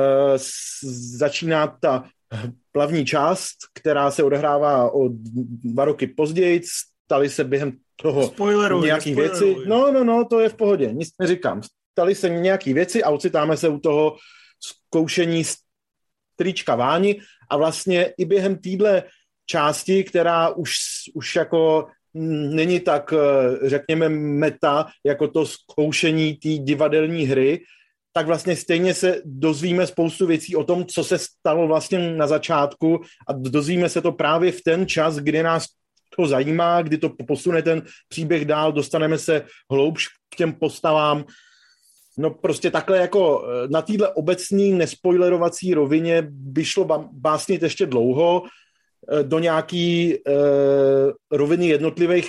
začíná ta hlavní část, která se odehrává o dva roky později, staly se během toho spoileruj, nějaký věci. No, no, no, to je v pohodě, nic neříkám. Staly se nějaký věci a ocitáme se u toho zkoušení strýčka Váni a vlastně i během téhle části, která už, už jako není tak, řekněme, meta, jako to zkoušení té divadelní hry, tak vlastně stejně se dozvíme spoustu věcí o tom, co se stalo vlastně na začátku a dozvíme se to právě v ten čas, kdy nás to zajímá, kdy to posune ten příběh dál, dostaneme se hloubš k těm postavám. No prostě takhle jako na téhle obecný nespoilerovací rovině by šlo básnit ještě dlouho, do nějaký uh, roviny jednotlivých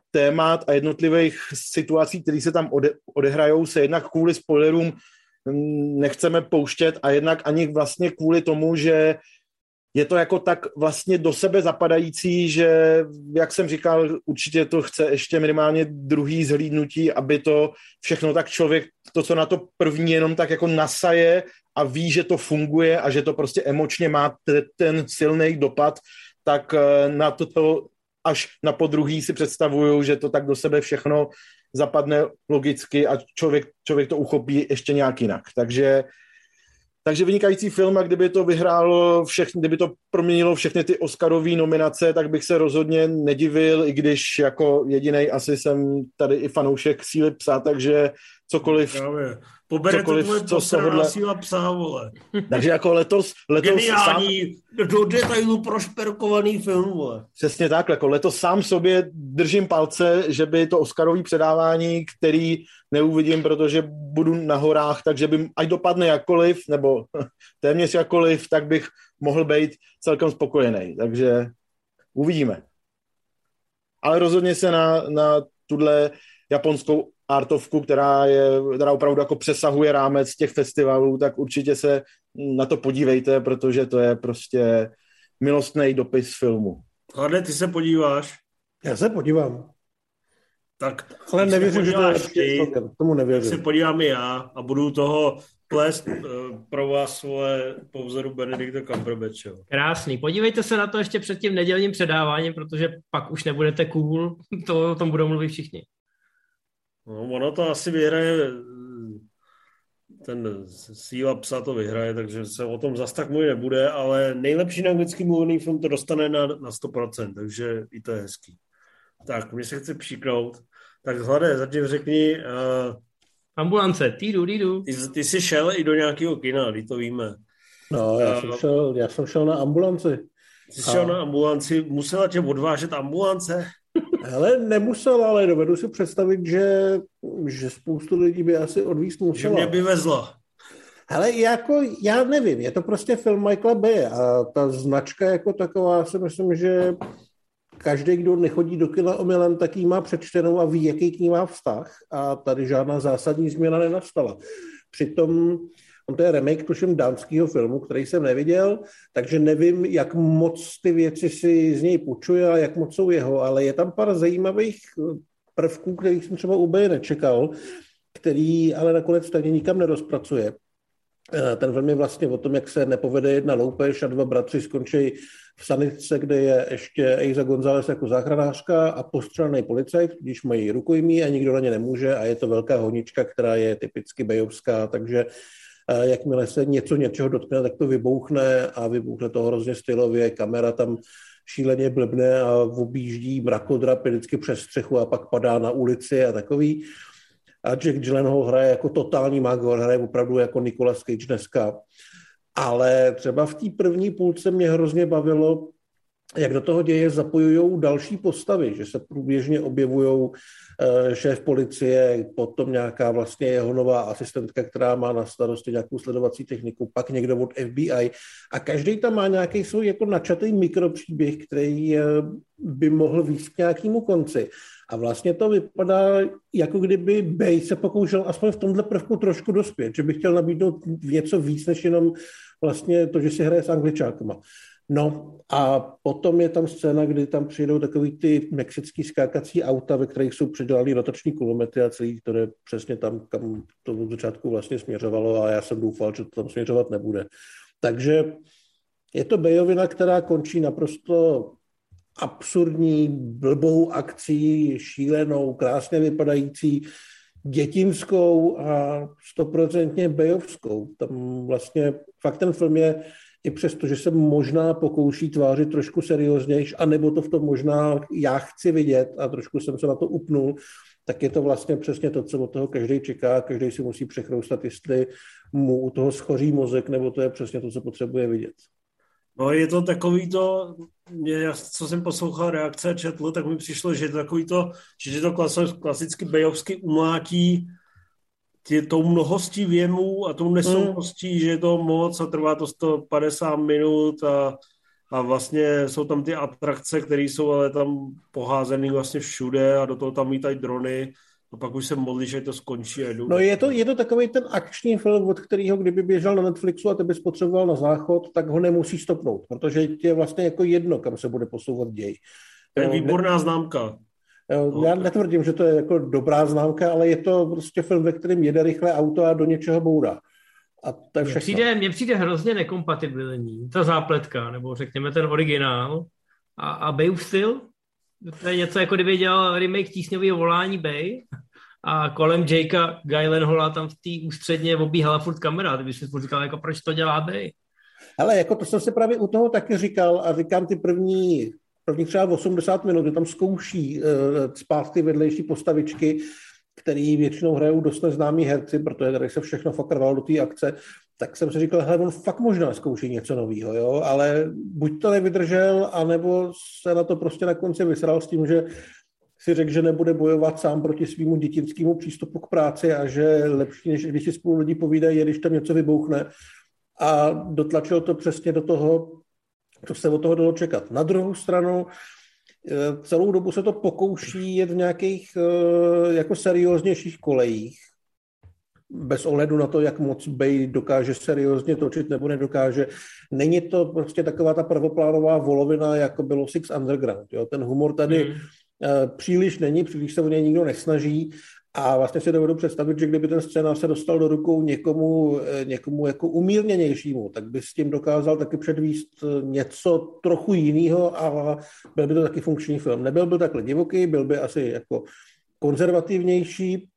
témat a jednotlivých situací, které se tam ode, odehrajou, se jednak kvůli spoilerům nechceme pouštět a jednak ani vlastně kvůli tomu, že je to jako tak vlastně do sebe zapadající, že, jak jsem říkal, určitě to chce ještě minimálně druhý zhlídnutí, aby to všechno tak člověk, to, co na to první jenom tak jako nasaje a ví, že to funguje a že to prostě emočně má t- ten silný dopad, tak na toto až na podruhý si představuju, že to tak do sebe všechno zapadne logicky a člověk, člověk to uchopí ještě nějak jinak. Takže Takže vynikající film, a kdyby to vyhrálo všechny, kdyby to proměnilo všechny ty Oscarové nominace, tak bych se rozhodně nedivil, i když jako jedinej asi jsem tady i fanoušek Síly psa, takže cokoliv... Právě. Poberete cokoliv, tvoje co se hodle... Síla psa, vole. Takže jako letos... letos Geniální, sám... do detailu prošperkovaný film, vole. Přesně tak, jako letos sám sobě držím palce, že by to Oscarový předávání, který neuvidím, protože budu na horách, takže by ať dopadne jakkoliv, nebo téměř jakkoliv, tak bych mohl být celkem spokojený. Takže uvidíme. Ale rozhodně se na, na tuhle japonskou artovku, která je, která opravdu jako přesahuje rámec těch festivalů, tak určitě se na to podívejte, protože to je prostě milostný dopis filmu. Hlade, ty se podíváš? Já se podívám. Tak, ale nevěřím, že to je tomu nevěřím. Se podívám i já a budu toho plést uh, pro vás svoje po vzoru Benedikta Cumberbatche. Krásný. Podívejte se na to ještě před tím nedělním předáváním, protože pak už nebudete cool. To o tom budou mluvit všichni. No, ono to asi vyhraje, ten Síla psa to vyhraje, takže se o tom zas tak mluvit nebude, ale nejlepší anglicky mluvený film to dostane na, na sto procent, takže i to je hezký. Tak, mě se chce přiknout. Tak Hlade, zatím řekni... Uh, Ambulance, týdu, týdu. Ty, ty jsi šel i do nějakého kina, kdy to víme. No, já, uh, jsem, šel, já jsem šel na ambulanci. Ty jsi a... šel na ambulanci, musela tě odvážet ambulance? Hele, nemusel, ale dovedu si představit, že, že spoustu lidí by asi odvízt musela. Že mě by vezla. Hele, jako, já nevím, je to prostě film Michaela Baye a ta značka jako taková, si myslím, že každý, kdo nechodí do kina omylem, tak ji má přečtenou a ví, jaký k ní má vztah a tady žádná zásadní změna nenastala. Přitom on to je remake, tuším, dánského filmu, který jsem neviděl, takže nevím, jak moc ty věci si z něj půjčuje a jak moc jsou jeho, ale je tam pár zajímavých prvků, kterých jsem třeba úplně nečekal, který ale nakonec stejně nikam nerozpracuje. Ten film je vlastně o tom, jak se nepovede jedna loupež a dva bratři skončí v sanitce, kde je ještě Eiza González jako záchranářka a postřelený policajt, když mají rukojmí a nikdo na ně nemůže a je to velká honička, která je typicky bejovská, takže jakmile se něco něčeho dotkne, tak to vybouchne a vybouchne to hrozně stylově, kamera tam šíleně blbne a objíždí mrakodrapy vždycky přes střechu a pak padá na ulici a takový. A Jack Gyllenhaal hraje jako totální magor, hraje opravdu jako Nicolas Cage dneska. Ale třeba v té první půlce mě hrozně bavilo, jak do toho děje zapojují další postavy, že se průběžně objevují šéf policie, potom nějaká vlastně jeho nová asistentka, která má na starosti nějakou sledovací techniku, pak někdo od F B I a každý tam má nějaký svůj jako načatý mikropříběh, který by mohl výjít k nějakému konci. A vlastně to vypadá, jako kdyby Bay se pokoušel aspoň v tomhle prvku trošku dospět, že by chtěl nabídnout něco víc, než jenom vlastně to, že si hraje s Angličákama. No a potom je tam scéna, kdy tam přijdou takový ty mexický skákací auta, ve kterých jsou přidělaný rotační kulometry a celý to je přesně tam, kam to od začátku vlastně směřovalo a já jsem doufal, že to tam směřovat nebude. Takže je to Bayovina, která končí naprosto absurdní, blbou akcí, šílenou, krásně vypadající, dětinskou a stoprocentně bejovskou. Tam vlastně fakt ten film je i přesto, že se možná pokouší tvářit trošku serióznější, anebo to v tom možná já chci vidět a trošku jsem se na to upnul, tak je to vlastně přesně to, co od toho každý čeká, každý si musí přechroustat, jestli mu u toho schoří mozek, nebo to je přesně to, co potřebuje vidět. No je to takový to, mě, co jsem poslouchal reakce a četl, tak mi přišlo, že je to takový to, že je to klasicky bejovsky umlátí tě, tou mnohostí věmů a tou nesoudností, mm. že je to moc a trvá to sto padesát minut a, a vlastně jsou tam ty atrakce, které jsou ale tam poházený vlastně všude a do toho tam lítají drony a pak už se modlíš, že to skončí a jdu. No je to, je to takový ten akční film, od kterého kdyby běžel na Netflixu a ty bys potřeboval na záchod, tak ho nemusíš stopnout, protože tě je vlastně jako jedno, kam se bude posouvat děj. To je výborná ne... známka. Jo, já netvrdím, že to je jako dobrá známka, ale je to prostě film, ve kterém jede rychle auto a do něčeho bourá. A to je všechno. Mně přijde, mně přijde hrozně nekompatibilní ta zápletka, nebo řekněme ten originál a, a Bayův styl. To je něco, jako kdyby dělal remake Tísňového volání Bay a kolem Jakea Gyllenhaala tam v té ústředně obíhala furt kamera. Ty bys si říkal, jako proč to dělá Bay? Hele, jako to jsem se právě u toho taky říkal a říkám ty první, první třeba osmdesát minut, kdy tam zkouší uh, spát ty vedlejší postavičky, který většinou hrajou dost neznámí herci, protože tady se všechno fakt rvalo do té akce, tak jsem si říkal, hele, on fakt možná zkouší něco nového, jo, ale buď to nevydržel, anebo se na to prostě na konci vysral s tím, že si řekl, že nebude bojovat sám proti svýmu dětinskému přístupu k práci a že lepší, než když si spolu lidi povídají, je, když tam něco vybouchne. A dotlačil to přesně do toho, co se od toho dalo čekat. Na druhou stranu, celou dobu se to pokouší jet v nějakých jako serióznějších kolejích, bez ohledu na to, jak moc Bay dokáže seriózně točit nebo nedokáže. Není to prostě taková ta prvoplánová volovina, jako bylo Six Underground. Jo? Ten humor tady mm. příliš není, příliš se o něj nikdo nesnaží a vlastně si dovedu představit, že kdyby ten scénář se dostal do rukou někomu, někomu jako umírněnějšímu, tak by s tím dokázal taky předvíst něco trochu jiného a byl by to taky funkční film. Nebyl by takhle divoký, byl by asi jako konzervativnější,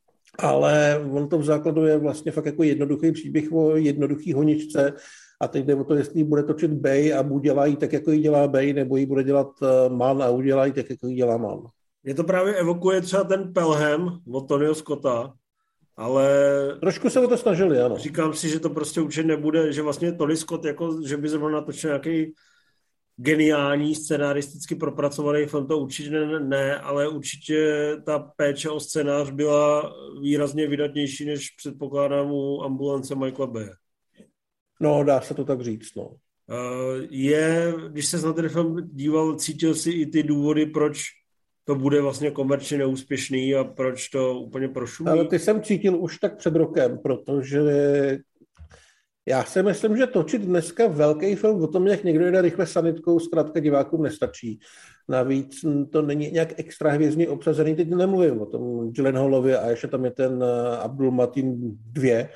ale on to v základu je vlastně fakt jako jednoduchý příběh o jednoduchý honičce a teď jde o to, jestli bude točit Bay a buď dělají tak, jako ji dělá Bay, nebo ji bude dělat Mann a udělají tak, jako ji dělá Mann. Mě to právě evokuje třeba ten Pelham od Tonyho Scotta, ale... Trošku se o to snažili, ano. Říkám si, že to prostě určitě nebude, že vlastně Tony Scott, jako, že by zrovna natočil nějaký geniální, scenaristicky propracovaný film, to určitě ne, ne, ale určitě ta péče o scénář byla výrazně vydatnější, než předpokládám u Ambulance Michaela Baye. No, dá se to tak říct, no. Je, když se na ten film díval, cítil si i ty důvody, proč to bude vlastně komerčně neúspěšný a proč to úplně prošumí? Ale ty jsem cítil už tak před rokem, protože já si myslím, že točit dneska velký film o tom, jak někdo jde rychle sanitkou, zkrátka divákům nestačí. Navíc to není nějak extra hvězdně obsazený, teď nemluvím o tom Gyllenhaalovi a ještě tam je ten Abdul Mateen dva,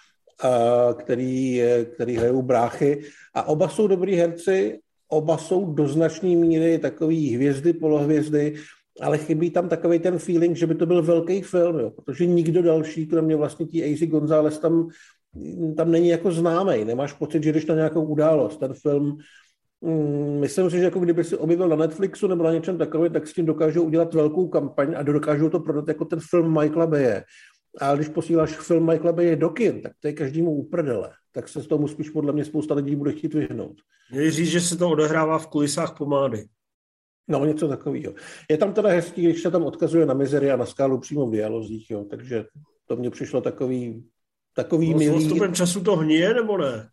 který, který hrajou bráchy a oba jsou dobrý herci, oba jsou do značné míry takový hvězdy, polohvězdy, ale chybí tam takový ten feeling, že by to byl velký film, jo, protože nikdo další, kromě vlastně tí A C González, tam, tam není jako známej. Nemáš pocit, že jdeš na nějakou událost. Ten film, mm, myslím si, že jako kdyby si objevil na Netflixu nebo na něčem takovém, tak s tím dokážou udělat velkou kampaň a dokážou to prodat jako ten film Michaela Baye. A když posíláš film Michaela Baye do kin, tak to je každému uprdele. Tak se z tomu spíš podle mě spousta lidí bude chtít vyhnout. Měli říct, že se to odehrává v kulisách pomády. No, něco takového. Je tam teda hezký, když se tam odkazuje na Misery a na Skálu přímo v dialozích, jo, takže to mně přišlo takový, takový no, milý. S postupem času to hníje, nebo ne?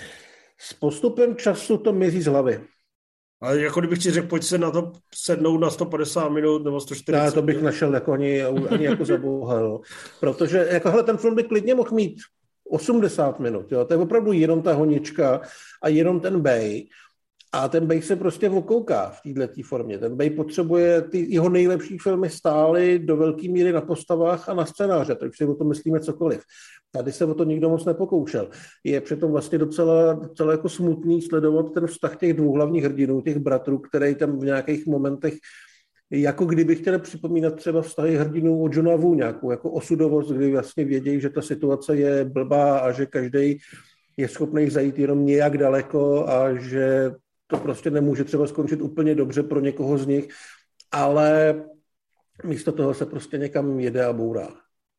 S postupem času to mizí z hlavy. Ale jako kdybych ti řekl, pojď se na to sednout na sto padesát minut nebo sto čtyřicet. Já to bych našel jako ani, ani jako za boha, jo. Protože jako, hele, ten film by klidně mohl mít osmdesát minut, jo. To je opravdu jenom ta honička a jenom ten Bay. A ten Bay se prostě okouká v této formě. Ten Bay potřebuje, ty jeho nejlepší filmy stály do velké míry na postavách a na scénáře, takže si o tom myslíme cokoliv. Tady se o to nikdo moc nepokoušel. Je přitom vlastně docela, docela jako smutný sledovat ten vztah těch dvou hlavních hrdinů, těch bratrů, který tam v nějakých momentech, jako kdyby chtěli připomínat třeba vztahy hrdinů od Johna Woo, nějakou jako osudovost, kdy vlastně vědějí, že ta situace je blbá a že každý je schopný zajít jenom nějak daleko a že to prostě nemůže třeba skončit úplně dobře pro někoho z nich, ale místo toho se prostě někam jede a bourá.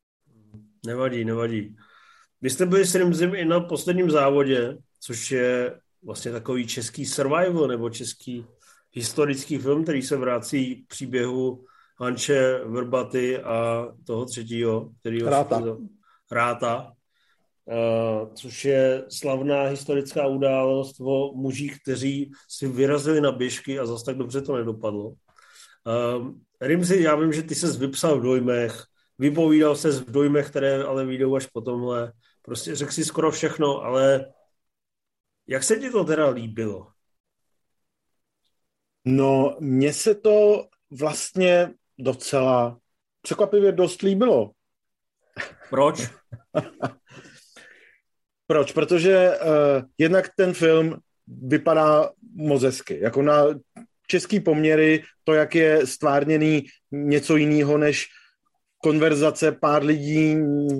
Nevadí, nevadí. Vy jste byli s Rimzim i na posledním závodě, což je vlastně takový český survival nebo český historický film, který se vrací k příběhu Hanče Vrbaty a toho třetího, který Ráta. Ráta. uh, což je slavná historická událost o mužích, kteří si vyrazili na běžky a zase tak dobře to nedopadlo. Uh, Rimzi, já vím, že ty ses vypsal v dojmech, vypovídal ses v dojmech, které ale vyjdou až po tomhle. Prostě řekl si skoro všechno, ale jak se ti to teda líbilo? No, mně se to vlastně docela překvapivě dost líbilo. Proč? Proč? Protože uh, jednak ten film vypadá moc hezky. Jako na český poměry, to, jak je stvárněný něco jiného než konverzace pár lidí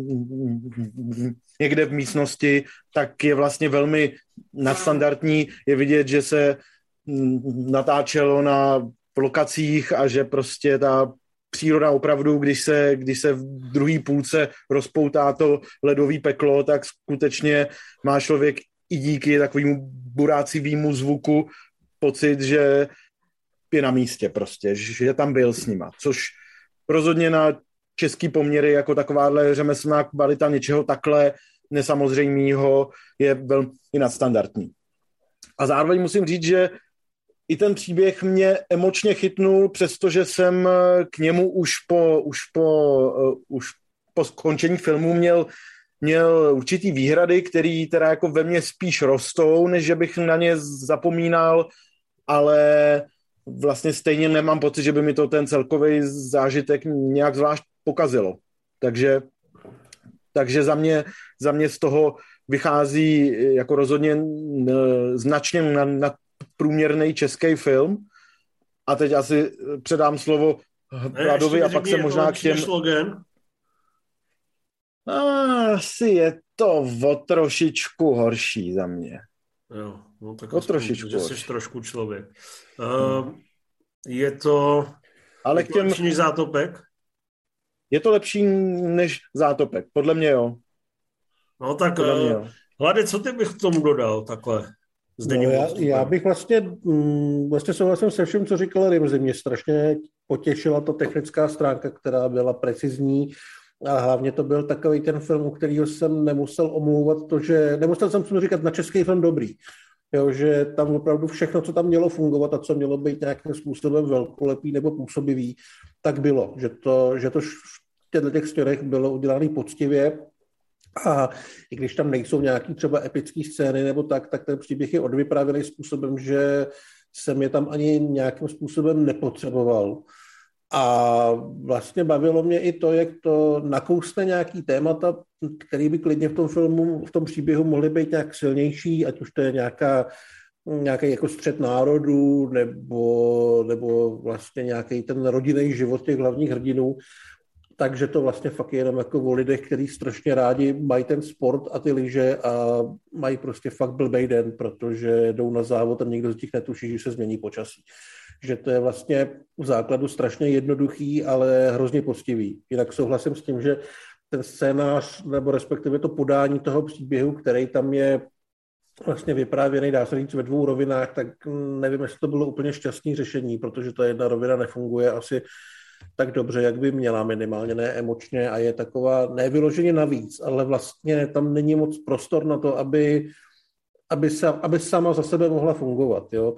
někde v místnosti, tak je vlastně velmi nadstandardní. Je vidět, že se natáčelo na lokacích a že prostě ta příroda opravdu, když se, když se v druhé půlce rozpoutá to ledový peklo, tak skutečně má člověk i díky takovému burácivému zvuku pocit, že je na místě prostě, že tam byl s nima, což rozhodně na český poměry jako takováhle řemeslná kvalita něčeho takhle nesamozřejmého je velmi nadstandardní. A zároveň musím říct, že i ten příběh mě emočně chytnul, přestože jsem k němu už po, už po, uh, už po skončení filmu měl, měl určitý výhrady, které teda jako ve mně spíš rostou, než že bych na ně zapomínal, ale vlastně stejně nemám pocit, že by mi to ten celkový zážitek nějak zvlášť pokazilo. Takže, takže za mě, za mě z toho vychází jako rozhodně značně na, na průměrný český film. A teď asi předám slovo Vladovi a pak se možná k těm... Slogan. Asi je to o trošičku horší za mě. Jo, no tak o trošičku že jsi trošku člověk. Uh, je to, Ale je to k těm... lepší než Zátopek? Je to lepší než Zátopek, podle mě jo. No tak, uh, Hlade, co ty bych k tomu dodal takhle? No, já, já bych vlastně, mm, vlastně souhlasím se vším, co říkal Rimzi. Mě strašně potěšila ta technická stránka, která byla precizní a hlavně to byl takový ten film, u kterého jsem nemusel omlouvat to, že nemusel jsem si říkat na český film dobrý. Jo, že tam opravdu všechno, co tam mělo fungovat a co mělo být nějakým způsobem velkolepý nebo působivý, tak bylo. Že to, že to v těchto těch stěrech bylo udělané poctivě. A i když tam nejsou nějaký třeba epické scény nebo tak, tak ten příběh je odvyprávěný způsobem, že jsem je tam ani nějakým způsobem nepotřeboval. A vlastně bavilo mě i to, jak to nakousne nějaký témata, který by klidně v tom filmu, v tom příběhu mohly být nějak silnější, ať už to je nějaká, nějaký jako střet národů nebo, nebo vlastně nějaký ten rodinný život těch hlavních hrdinů. Takže to vlastně fakt je jenom jako o lidech, kteří strašně rádi mají ten sport a ty lyže a mají prostě fakt blbej den, protože jdou na závod a nikdo z těch netuší, že se změní počasí. Že to je vlastně v základu strašně jednoduchý, ale hrozně poctivý. Jinak souhlasím s tím, že ten scénář, nebo respektive to podání toho příběhu, který tam je vlastně vyprávěný, dá se říct, ve dvou rovinách, tak nevím, jestli to bylo úplně šťastné řešení, protože ta jedna rovina nefunguje asi tak dobře, jak by měla, minimálně ne emočně a je taková nevyloženě navíc, ale vlastně tam není moc prostor na to, aby, aby, se, aby sama za sebe mohla fungovat. Jo.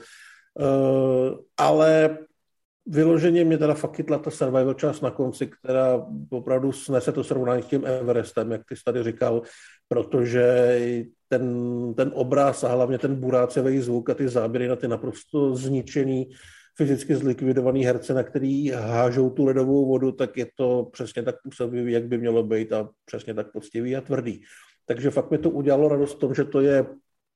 Uh, ale vyloženě mě teda fakt chytla ta survival část na konci, která opravdu snese to srovnání s tím Everestem, jak ty jsi tady říkal, protože ten, ten obraz a hlavně ten burácevý zvuk a ty záběry na ty naprosto zničený fyzicky zlikvidovaný herce, na který hážou tu ledovou vodu, tak je to přesně tak působivý, jak by mělo být a přesně tak poctivý a tvrdý. Takže fakt mi to udělalo radost v tom, že to je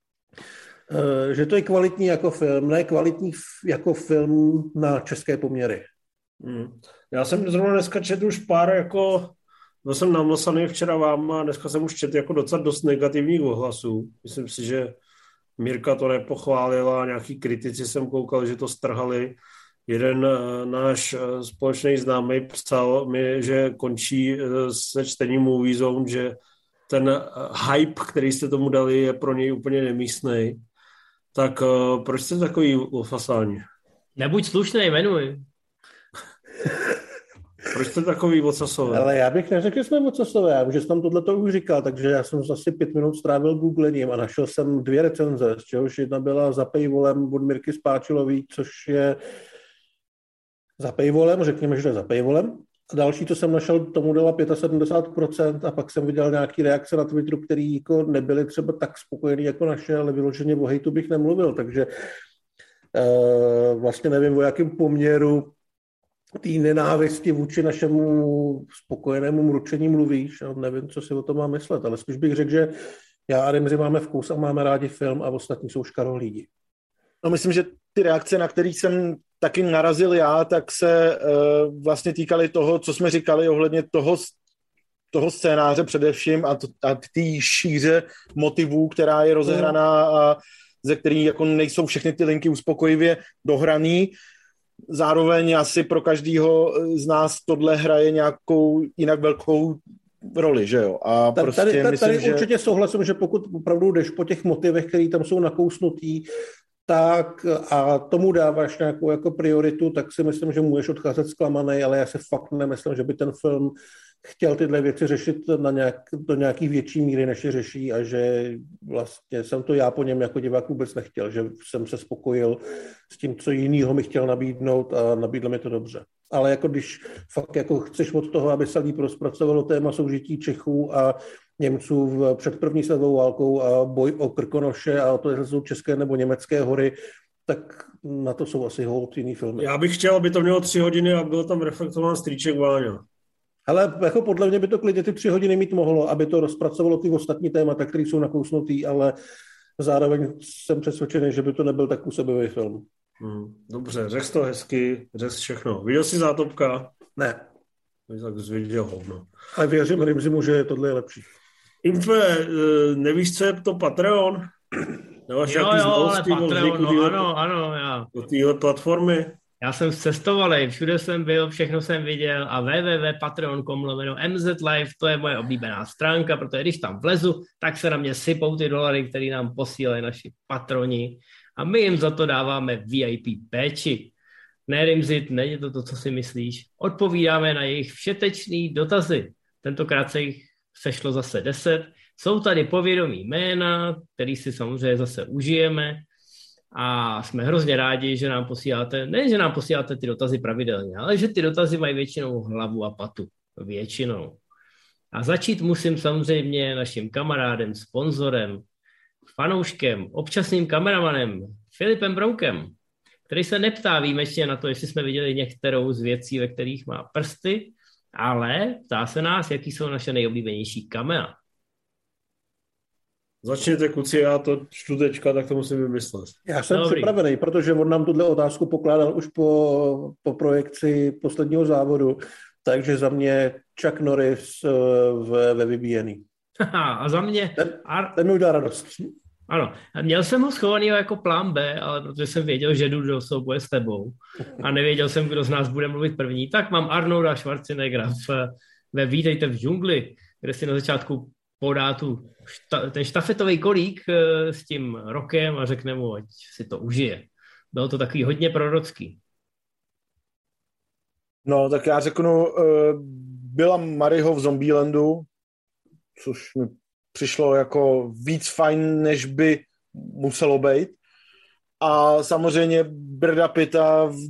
že to je kvalitní jako film, ne kvalitní jako film na české poměry. Hmm. Já jsem zrovna dneska četl už pár jako, byl jsem namlosaný včera vám a dneska jsem už četl jako docela dost negativních ohlasů. Myslím si, že Mirka to nepochválila, nějaký kritici jsem koukal, že to strhali. Jeden náš společný známý psal mi, že končí se čtením Movie Zone, že ten hype, který jste tomu dali, je pro něj úplně nemístnej. Tak proč jste takový ufasání? Nebuď slušnej, jmenuj. Proč jste takový ocasové? Ale já bych neřekl, že jsme ocasové, já že jsem tam tohleto už říkal, takže já jsem asi pět minut strávil googlením a našel jsem dvě recenze, z čehož jedna byla za paywallem od Mirky Spáčilový, což je za paywallem, řekněme, že to je za paywallem. A další, co jsem našel, tomu dala sedmdesát pět procent a pak jsem viděl nějaký reakce na Twitteru, které jako nebyly třeba tak spokojený jako naše, ale vyloženě o hejtu bych nemluvil, takže uh, vlastně nevím, o jakém poměru té nenávisti vůči našemu spokojenému mručení mluvíš a nevím, co si o tom mám myslet, ale spíš bych řekl, že já a Rimzi máme vkus a máme rádi film a ostatní jsou škarolídi. No myslím, že ty reakce, na které jsem taky narazil já, tak se uh, vlastně týkaly toho, co jsme říkali ohledně toho, toho scénáře především a, to, a té šíře motivů, která je rozehraná a ze který jako nejsou všechny ty linky uspokojivě dohraný. Zároveň asi pro každýho z nás tohle hraje nějakou jinak velkou roli, že jo? A tady, prostě tady, myslím, tady že... určitě souhlasím, že pokud opravdu jdeš po těch motivech, které tam jsou nakousnutý, tak a tomu dáváš nějakou jako prioritu, tak si myslím, že můžeš odcházet zklamanej, ale já se fakt nemyslím, že by ten film chtěl tyhle věci řešit na nějak, do nějaký větší míry, než je řeší a že vlastně jsem to já po něm jako divák vůbec nechtěl, že jsem se spokojil s tím, co jinýho mi chtěl nabídnout a nabídl mi to dobře. Ale jako když fakt jako chceš od toho, aby se líp rozpracovalo téma soužití Čechů a Němců v, před první světovou válkou a boj o Krkonoše a to, jestli jsou české nebo německé hory, tak na to jsou asi hold jiný filmy. Já bych chtěl, aby to mělo tři hodiny a byl tam reflektován strýček Váňa. Ale jako podle mě by to klidně ty tři hodiny mít mohlo, aby to rozpracovalo ty ostatní témata, které jsou nakousnutý, ale zároveň jsem přesvědčený, že by to nebyl tak působivý film. Hmm, dobře, řekl to hezky, řekl všechno. Viděl jsi Zátopka? Ne. Tak zvěděl hovno. Ale věřím Rimzimu, že tohle je lepší. Infe, nevíš, co je to Patreon? Nemáš jo, jo, ale Patreon, no týhle, ano, ano, já. Do téhle platformy? Já jsem cestovalej, všude jsem byl, všechno jsem viděl a w w w tečka patreon tečka com lomeno m z live, to je moje oblíbená stránka, protože když tam vlezu, tak se na mě sypou ty dolary, které nám posílají naši patroni a my jim za to dáváme V I P péči. Ne, Rimzit, není to to, co si myslíš. Odpovídáme na jejich všetečný dotazy. Tentokrát se jich sešlo zase deset. Jsou tady povědomí jména, který si samozřejmě zase užijeme a jsme hrozně rádi, že nám posíláte, ne, že nám posíláte ty dotazy pravidelně, ale že ty dotazy mají většinou hlavu a patu. Většinou. A začít musím samozřejmě naším kamarádem, sponzorem, fanouškem, občasným kameramanem, Filipem Broukem, který se neptá výjimečně na to, jestli jsme viděli některou z věcí, ve kterých má prsty, ale ptá se nás, jaký jsou naše nejoblíbenější kamera. Začněte, kluci, já to čtu teďka, tak to musím vymyslet. Já jsem Dobrý. připravený, protože on nám tuhle otázku pokládal už po, po projekci posledního závodu, takže za mě Chuck Norris ve, ve vybíjený. A za mě... Ten, Ar... ten mi udělá radost. Ano, měl jsem ho schovaný jako plán B, ale protože jsem věděl, že jdu do souboje s tebou a nevěděl jsem, kdo z nás bude mluvit první, tak mám Arnolda Schwarzeneggera v, ve Vítejte v džungli, kde si na začátku podá tu, šta, ten štafetový kolík s tím rokem a řekne mu, ať si to užije. Bylo to takový hodně prorocký. No, tak já řeknu, byla Maryho v Zombielandu, což mi přišlo jako víc fajn, než by muselo být. A samozřejmě Brada Pitta v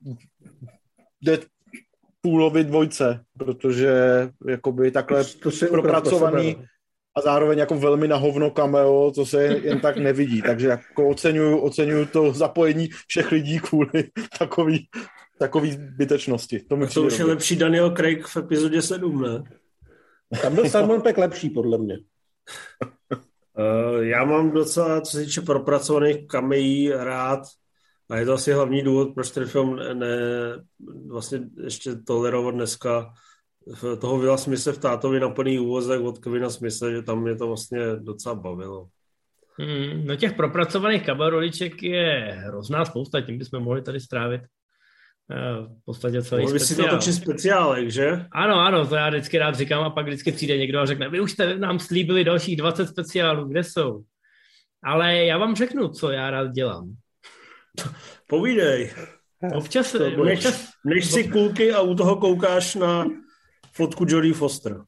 Deadpoolovi dvojce, protože jakoby takhle to propracovaný a zároveň jako velmi na hovno cameo, co se jen tak nevidí. Takže jako oceňuju, oceňuju to zapojení všech lidí kvůli takový, takový zbytečnosti. To, to už je lepší Daniel Craig v epizodě sedm, ne? Tam byl Simon Pegg lepší, podle mě. Uh, já mám docela, co se týče propracovaných kamejí, rád a je to asi hlavní důvod, proč ten film ne, ne vlastně ještě tolerovat dneska toho Willa Smithe v Tátovi na plný úvozek od Kevina Smithe, že tam mě to vlastně docela bavilo. Hmm, no těch propracovaných kabaroliček je hrozná spousta, tím bychom mohli tady strávit v podstatě celý Mohli speciál. si natočit speciálek, že? Ano, ano, to já vždycky rád říkám a pak vždycky přijde někdo a řekne, vy už jste nám slíbili dalších dvacet speciálů, kde jsou? Ale já vám řeknu, co já rád dělám. Povídej. Občas... Než, než si kulky a u toho koukáš na fotku Jodie Foster.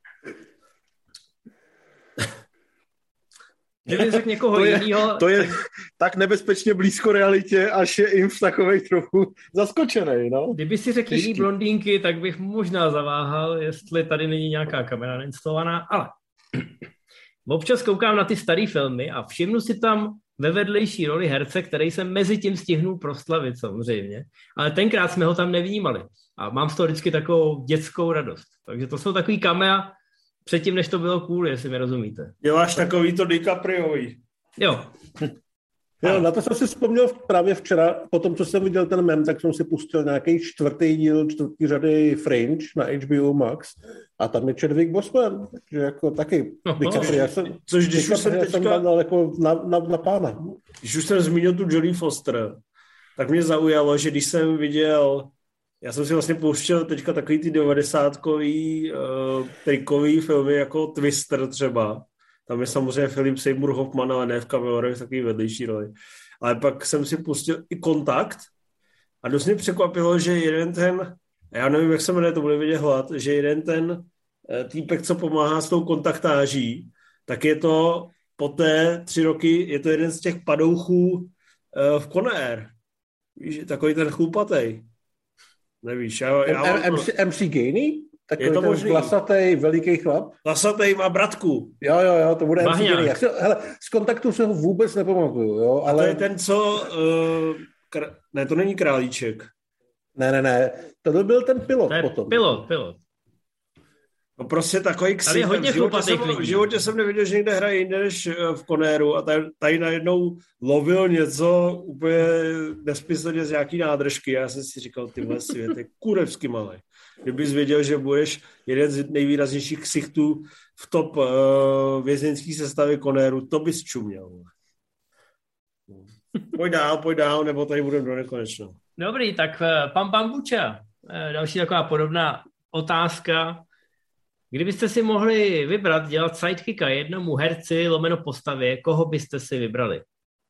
Kdyby řekl někoho to je, jinýho... To je tak... tak nebezpečně blízko realitě, až je jim v takovej trochu zaskočenej, no. Kdyby si řekl jiný blondýnky, tak bych možná zaváhal, jestli tady není nějaká kamera nainstalovaná, ale občas koukám na ty staré filmy a všimnu si tam ve vedlejší roli herce, který se mezi tím stihnul proslavit samozřejmě, ale tenkrát jsme ho tam nevnímali a mám z toho vždycky takovou dětskou radost. Takže to jsou takový kamera předtím, než to bylo cool, jestli mi rozumíte. Děláš takový to DiCapriovi. Jo. Jo, na to jsem si vzpomněl právě včera, po tom, co jsem viděl ten mem, tak jsem si pustil nějaký čtvrtý díl, čtvrtý řady Fringe na H B O Max a tam je Chadwick Boseman, takže jako taky DiCaprio. Jsem, Což když už jsem teďka... jsem dal jako na, na, na pána. Když už jsem zmínil tu Jodie Foster, tak mě zaujalo, že když jsem viděl, já jsem si vlastně pouštěl teďka takový ty devadesátkový uh, trikový filmy jako Twister třeba. Tam je samozřejmě Philip Seymour Hoffman, ale ne v kamerách, takový vedlejší roli. Ale pak jsem si pustil i Kontakt a dost mě překvapilo, že jeden ten, já nevím, jak se jmenuje, to bude vidět hlad, že jeden ten týpek, co pomáhá s tou kontaktáží, tak je to poté tři roky, je to jeden z těch padouchů v Conair. Víš, takový ten chlupatej. Nevíš, já... já M C, M C Gainey? Takový je to ten možný. Vlasatej, veliký chlap. Vlasatej má bratku. Jo, jo, jo, to bude Bahňák. M C Gainey. Si, hele, z Kontaktu se ho vůbec nepamatuju, jo, ale... A to je ten, co... Uh, kr... Ne, to není Králíček. Ne, ne, ne, to byl ten pilot To je potom. pilot, pilot. No prostě takový ksich. Tady je hodně v životě, chlupatých jsem, lidí. v životě jsem neviděl, že někde hraje jinde než v Conéru a tady, tady najednou lovil něco úplně nesmyslně z nějaký nádržky. Já jsem si říkal, tyhle svět je kurevsky malý. Kdybys věděl, že budeš jeden z nejvýraznějších ksichtů v top uh, vězeňský sestavy Conéru, to bys čuměl. Pojď dál, pojď dál, nebo tady budeme do nekonečna. Dobrý, tak Pam Pam Buča. Další taková podobná otázka. Kdybyste si mohli vybrat dělat sidekicka jednomu herci lomeno postavě, koho byste si vybrali?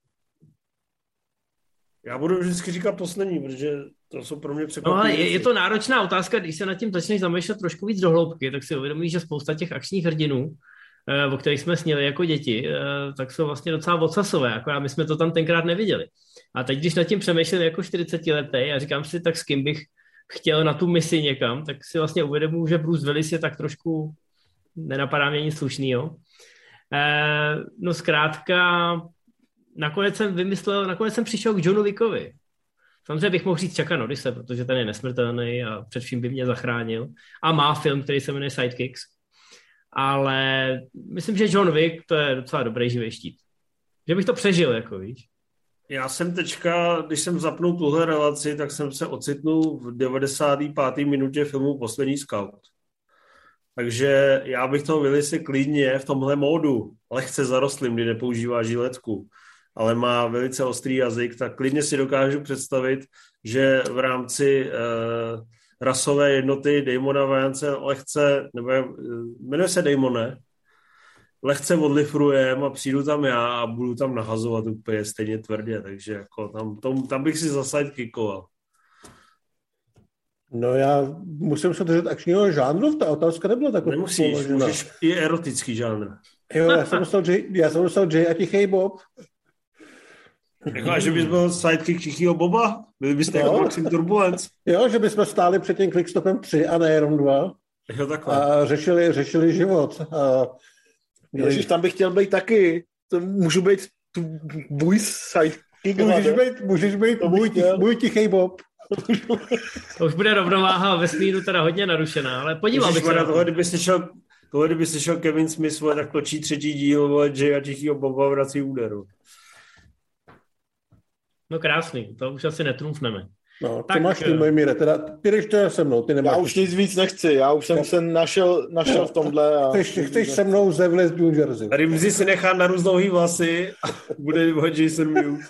Já budu vždycky říkat poslední, protože to jsou pro mě překvapivé. No ale je, je to náročná otázka, když se nad tím začneš zamýšlet trošku víc do hloubky, tak si uvědomíš, že spousta těch akčních hrdinů, o kterých jsme sněli jako děti, tak jsou vlastně docela ocasové, akorát my jsme to tam tenkrát neviděli. A teď, když nad tím přemýšlím jako čtyřicetiletý a říkám si, tak s kým bych chtěl na tu misi někam, tak si vlastně uvědomuji, že Bruce Willis je tak trošku, nenapadá mě nic slušnýho. Eh, no zkrátka, nakonec jsem vymyslel, nakonec jsem přišel k Johnu Wickovi. Samozřejmě bych mohl říct Chucka Norrise, protože ten je nesmrtelný a před vším by mě zachránil. A má film, který se jmenuje Sidekicks. Ale myslím, že John Wick to je docela dobrý živý štít. Že bych to přežil, jako víš. Já jsem teďka, když jsem zapnul tuhle relaci, tak jsem se ocitnul v devadesáté páté minutě filmu Poslední scout. Takže já bych toho Willise klidně v tomhle módu, lehce zarostlým, kdy nepoužívá žiletku, ale má velice ostrý jazyk, tak klidně si dokážu představit, že v rámci eh, rasové jednoty Damona Wayance lehce, nebo jmenuje se Damon, ne? Lehce odlifrujem a přijdu tam já a budu tam nahazovat úplně stejně tvrdě, takže jako tam, tam, tam bych si za sidekickoval. No já musím se držet akčního žánru, ta otázka nebyla taková. Nemusíš, položená. můžeš i erotický žánr. Jo, já jsem dostal J, já jsem dostal J a Tichej Bob. Jako, a že bys byl sidekick Tichýho Boba? Byli byste jako Maxim Turbulence? Jo, že bychom stáli před tím Quickstopem tři a ne jenom dva. Jo, takhle. A řešili, řešili život. A Ježiš, tam bych chtěl být taky. To můžu být tu můj sidekick. Můžeš být, můžeš být můj, můj Tichej Bob. To už bude rovnováha vesmíru teda hodně narušená, ale podíval bych se na to. Tohle, kdyby slyšel, tohle, kdyby slyšel Kevin Smith, vole, tak točí třetí díl, vole, Jay a Tichýho Boba vrací úderu. No krásný, to už asi netrumfneme. No, tak, ty máš ty, můj Míre, teda ty jdeš to se mnou, ty nemáš. Já už nic víc nechci, já už jsem no. se našel, našel v tomhle. A... Chceš, chceš se mnou zevlez New Jersey. Rimzi si nechá narůst dlouhý vlasy a bude Jason Mewes.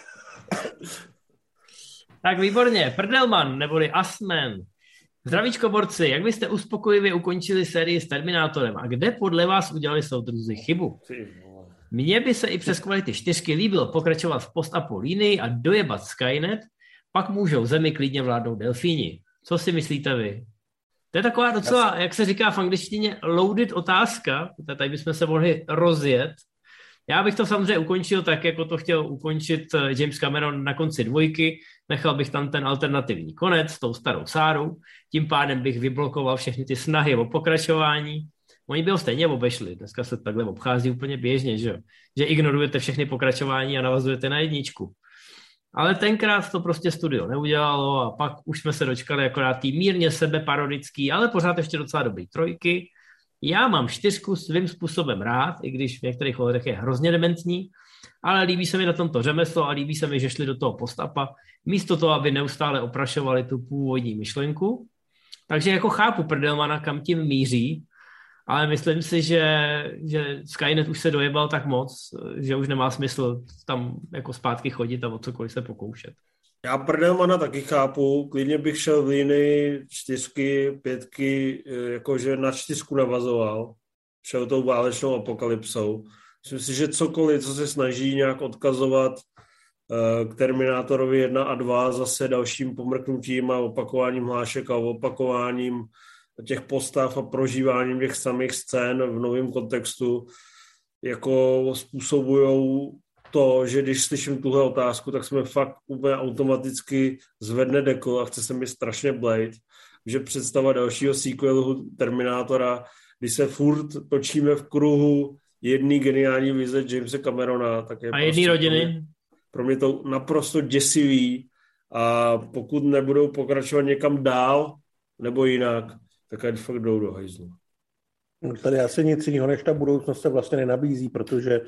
Tak výborně, Prdelman, neboli Asman. Zdravíčko borci, jak byste uspokojivě ukončili sérii s Terminátorem a kde podle vás udělali soudruzi chybu? Mně by se i přes kvality čtyřky líbilo pokračovat v post-apo línii a dojebat Skynet, pak můžou zemi klidně vládnout delfíni. Co si myslíte vy? To je taková docela, jak se říká v angličtině, loaded otázka, tady bychom se mohli rozjet. Já bych to samozřejmě ukončil tak, jako to chtěl ukončit James Cameron na konci dvojky, nechal bych tam ten alternativní konec s tou starou Sárou, tím pádem bych vyblokoval všechny ty snahy o pokračování. Oni by ho stejně obešli, dneska se takhle obchází úplně běžně, že, že ignorujete všechny pokračování a navazujete na jedničku. Ale tenkrát to prostě studio neudělalo a pak už jsme se dočkali akorát tý mírně sebeparodický, ale pořád ještě docela dobrý trojky. Já mám čtyřku svým způsobem rád, i když v některých ohledech je hrozně dementní, ale líbí se mi na tomto řemeslo a líbí se mi, že šli do toho postapa, místo toho, aby neustále oprašovali tu původní myšlenku. Takže jako chápu Prdelmana, kam tím míří, ale myslím si, že, že Skynet už se dojebal tak moc, že už nemá smysl tam jako zpátky chodit a o cokoliv se pokoušet. Já Prdelmana taky chápu, klidně bych šel v linii čtyřky, pětky, jakože na čtyřku navazoval, šel tou válečnou apokalypsou. Myslím si, že cokoliv, co se snaží nějak odkazovat k Terminátorovi jedna a dva zase dalším pomrknutím a opakováním hlášek a opakováním těch postav a prožíváním těch samých scén v novém kontextu, jako způsobujou to, že když slyším tuhle otázku, tak se mi fakt úplně automaticky zvedne dekl a chce se mi strašně blejt, že představa dalšího sequelu Terminátora, kdy se furt točíme v kruhu jedný geniální vize Jamesa Camerona, tak je a prostě jedný rodiny. Pro mě to naprosto děsivý a pokud nebudou pokračovat někam dál nebo jinak, tak ať fakt jdou do hajzlu. Tady asi nic jiného než ta budoucnost se vlastně nenabízí, protože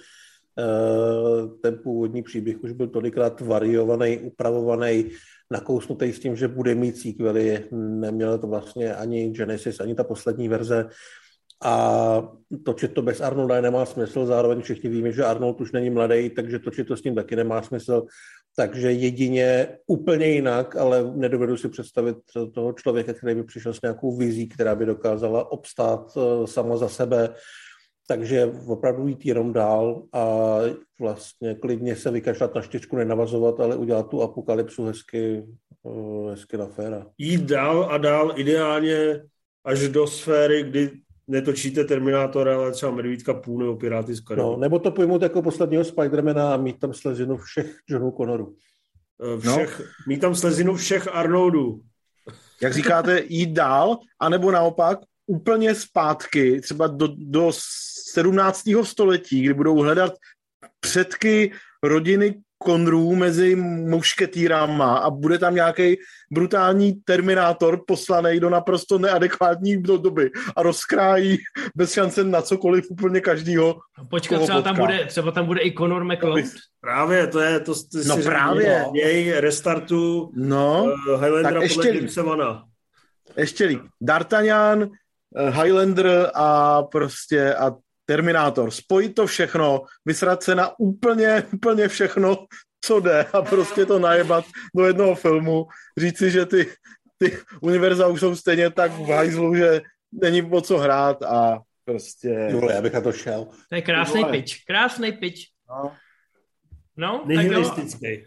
uh, ten původní příběh už byl tolikrát variovaný, upravovaný, nakousnutý s tím, že bude mít sequely. Nemělo to vlastně ani Genesis, ani ta poslední verze. A točit to bez Arnolda nemá smysl, zároveň všichni víme, že Arnold už není mladý, takže točit to s ním taky nemá smysl. Takže jedině úplně jinak, ale nedovedu si představit toho člověka, který by přišel s nějakou vizí, která by dokázala obstát sama za sebe. Takže opravdu jít jenom dál a vlastně klidně se vykašlat na čtyřku, nenavazovat, ale udělat tu apokalypsu hezky, hezky na féra. Jít dál a dál ideálně až do sféry, kdy netočíte Terminátora, ale třeba Medvídka půl nebo Piráty z Karibiku. No, nebo to pojmout jako posledního Spidermana a mít tam slezinu všech Johnů Connorů. Všech, no. Mít tam slezinu všech Arnoldů. Jak říkáte, jít dál, anebo naopak úplně zpátky, třeba do, do sedmnáctého století, kdy budou hledat předky rodiny Connerů mezi mušketýrama a bude tam nějaký brutální Terminátor poslanej do naprosto neadekvátní doby a rozkrájí bez šance na cokoliv úplně každýho. Počkat, třeba tam, bude, třeba tam bude i Connor McCloud. Právě, to je to, to no právě. Jej restartu no, uh, Highlandera tak podle Jamesa Vana. Ještě líp. D'Artagnan, Highlander a prostě a Terminátor. Spojit to všechno, vysrat se na úplně, úplně všechno, co jde a prostě to najebat do jednoho filmu. Říci, že ty, ty univerza už jsou stejně tak v hajzlu, že není o co hrát a prostě... Jule, já bych na to šel. To je krásný pitch. Krásný pitch. No, no nihilistický.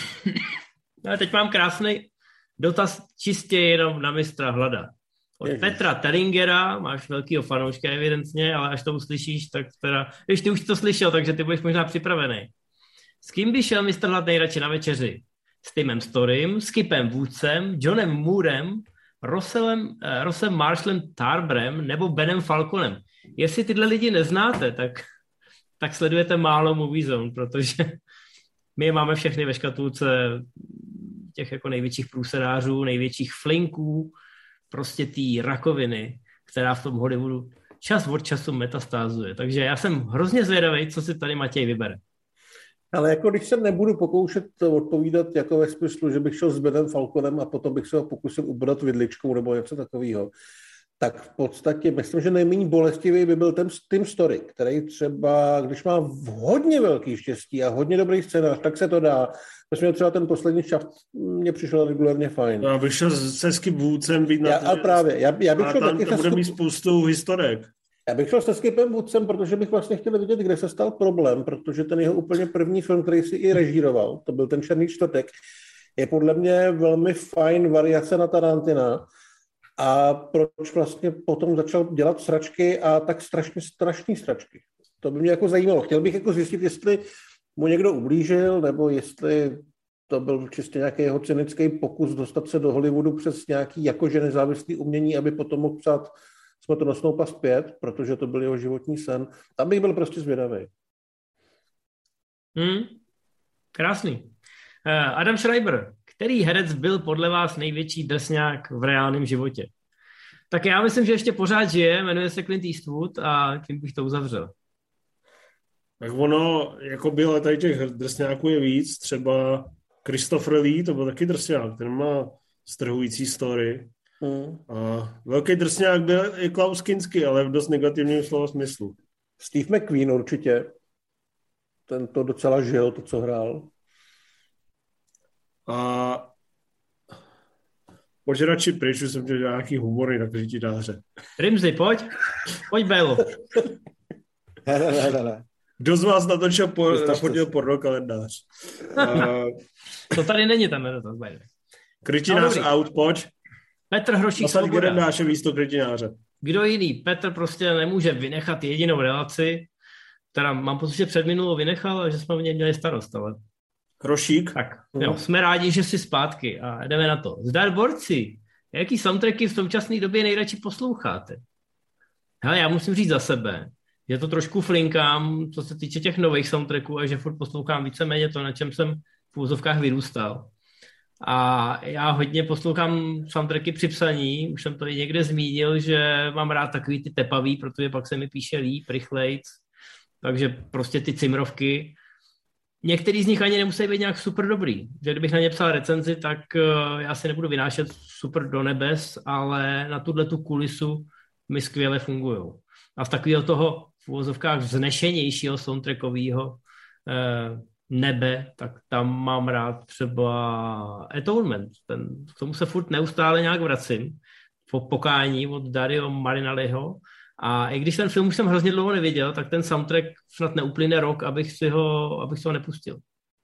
No, teď mám krásný dotaz čistě jenom na mistra Hlada. Od Ježiš. Petra Tellingera, máš velkýho fanouška evidentně, ale až to uslyšíš, tak teda, když ty už to slyšel, takže ty budeš možná připravený. S kým by šel mistr Hlad nejradši na večeři? S Timem Storym, s Kipem Woodsem, Johnem Moorem, Rossellem, eh, Rossem Marshallem Tarbrem nebo Benem Falconem. Jestli tyhle lidi neznáte, tak, tak sledujete málo Movie Zone, protože my máme všechny ve škatulce těch jako největších průserářů, největších flinků, prostě té rakoviny, která v tom Hollywoodu čas od času metastázuje. Takže já jsem hrozně zvědavý, co si tady Matěj vybere. Ale jako když se nebudu pokoušet odpovídat jako ve smyslu, že bych šel s Benem Falconem a potom bych se ho pokusil ubrat vidličkou nebo něco takového, tak v podstatě myslím, že nejméně bolestivý by byl ten Tim Story, který třeba, když má hodně velký štěstí a hodně dobrý scénář, tak se to dá. Myslím, že třeba ten poslední šaft mě přišel regulárně fajn. Já bych šel se Skip Woodsem být na já, ale právě, já, já bych šel tam taky to bude mít spoustu historek. Já bych šel se Skipem Woodsem, protože bych vlastně chtěl vidět, kde se stal problém, protože ten jeho úplně první film, který si i režíroval, to byl ten Černý čtvrtek, je podle mě velmi fajn variace na Tarantina. A proč vlastně potom začal dělat sračky a tak strašně strašný sračky. To by mě jako zajímalo. Chtěl bych jako zjistit, jestli mu někdo ublížil, nebo jestli to byl čistě nějaký jeho cynický pokus dostat se do Hollywoodu přes nějaký jakože nezávislý umění, aby potom mohl psát Smrtonosnou past pět, protože to byl jeho životní sen. Tam bych byl prostě zvědavý. Hmm. Krásný. Uh, Adam Schreiber, který herec byl podle vás největší drsňák v reálném životě? Tak já myslím, že ještě pořád žije, jmenuje se Clint Eastwood a tím bych to uzavřel. Tak ono, jako bylo tady těch drsňáků je víc, třeba Christopher Lee, to byl taky drsňák, ten má strhující story. Mm. A velký drsňák byl i Klaus Kinski, ale v dost negativním slova smyslu. Steve McQueen určitě. Ten to docela žil, to, co hrál. A pojď radši pryč, už jsem chtěl nějaký humory na krytináře. Rimzi, pojď. Pojď, Bélo. Ne, ne, ne, ne. Kdo z vás natočil por, nafotil porno kalendář? uh, to tady není tam dotaz, Bélo. Krytinář out, pojď. Petr Hrošík Svoboda. Naše místo krytináře. Kdo jiný? Petr prostě nemůže vynechat jedinou relaci, která mám pocit, že před minulou vynechal a že jsme v něj měli starost, ale... Hrošík. Tak, jo, jsme rádi, že jsi zpátky a jdeme na to. Zdar borci, jaký soundtracky v současné době nejradši posloucháte? Hele, já musím říct za sebe, že to trošku flinkám, co se týče těch nových soundtracků a že furt poslouchám víceméně to, na čem jsem v úzovkách vyrůstal. A já hodně poslouchám soundtracky při psaní, už jsem to i někde zmínil, že mám rád takový ty tepavý, protože pak se mi píše líp, rychlejc, takže prostě ty cimrovky. Některý z nich ani nemusí být nějak super dobrý. Že kdybych na ně psal recenzi, tak uh, já si nebudu vynášet super do nebes, ale na tuhle tu kulisu mi skvěle fungují. A z takového toho v uvozovkách vznešenějšího soundtrackového uh, nebe, tak tam mám rád třeba Atonement. Ten, k tomu se furt neustále nějak vracím. Po pokání od Dario Marinelliho. A i když ten film už jsem hrozně dlouho neviděl, tak ten soundtrack snad neuplyne rok, abych si ho, abych si ho nepustil.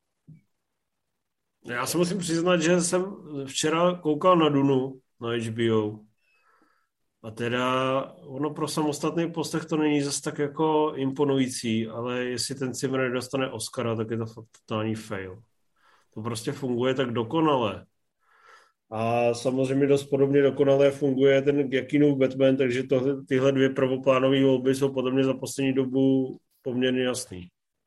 Já se musím přiznat, že jsem včera koukal na Dunu na H B O. A teda ono pro samostatný poslech to není zase tak jako imponující, ale jestli ten Zimmer nedostane Oscara, tak je to fakt totální fail. To prostě funguje tak dokonale. A samozřejmě dost podobně dokonale funguje ten Giacchino Batman, takže tohle, tyhle dvě prvoplánové volby jsou podle mě za poslední dobu poměrně jasný.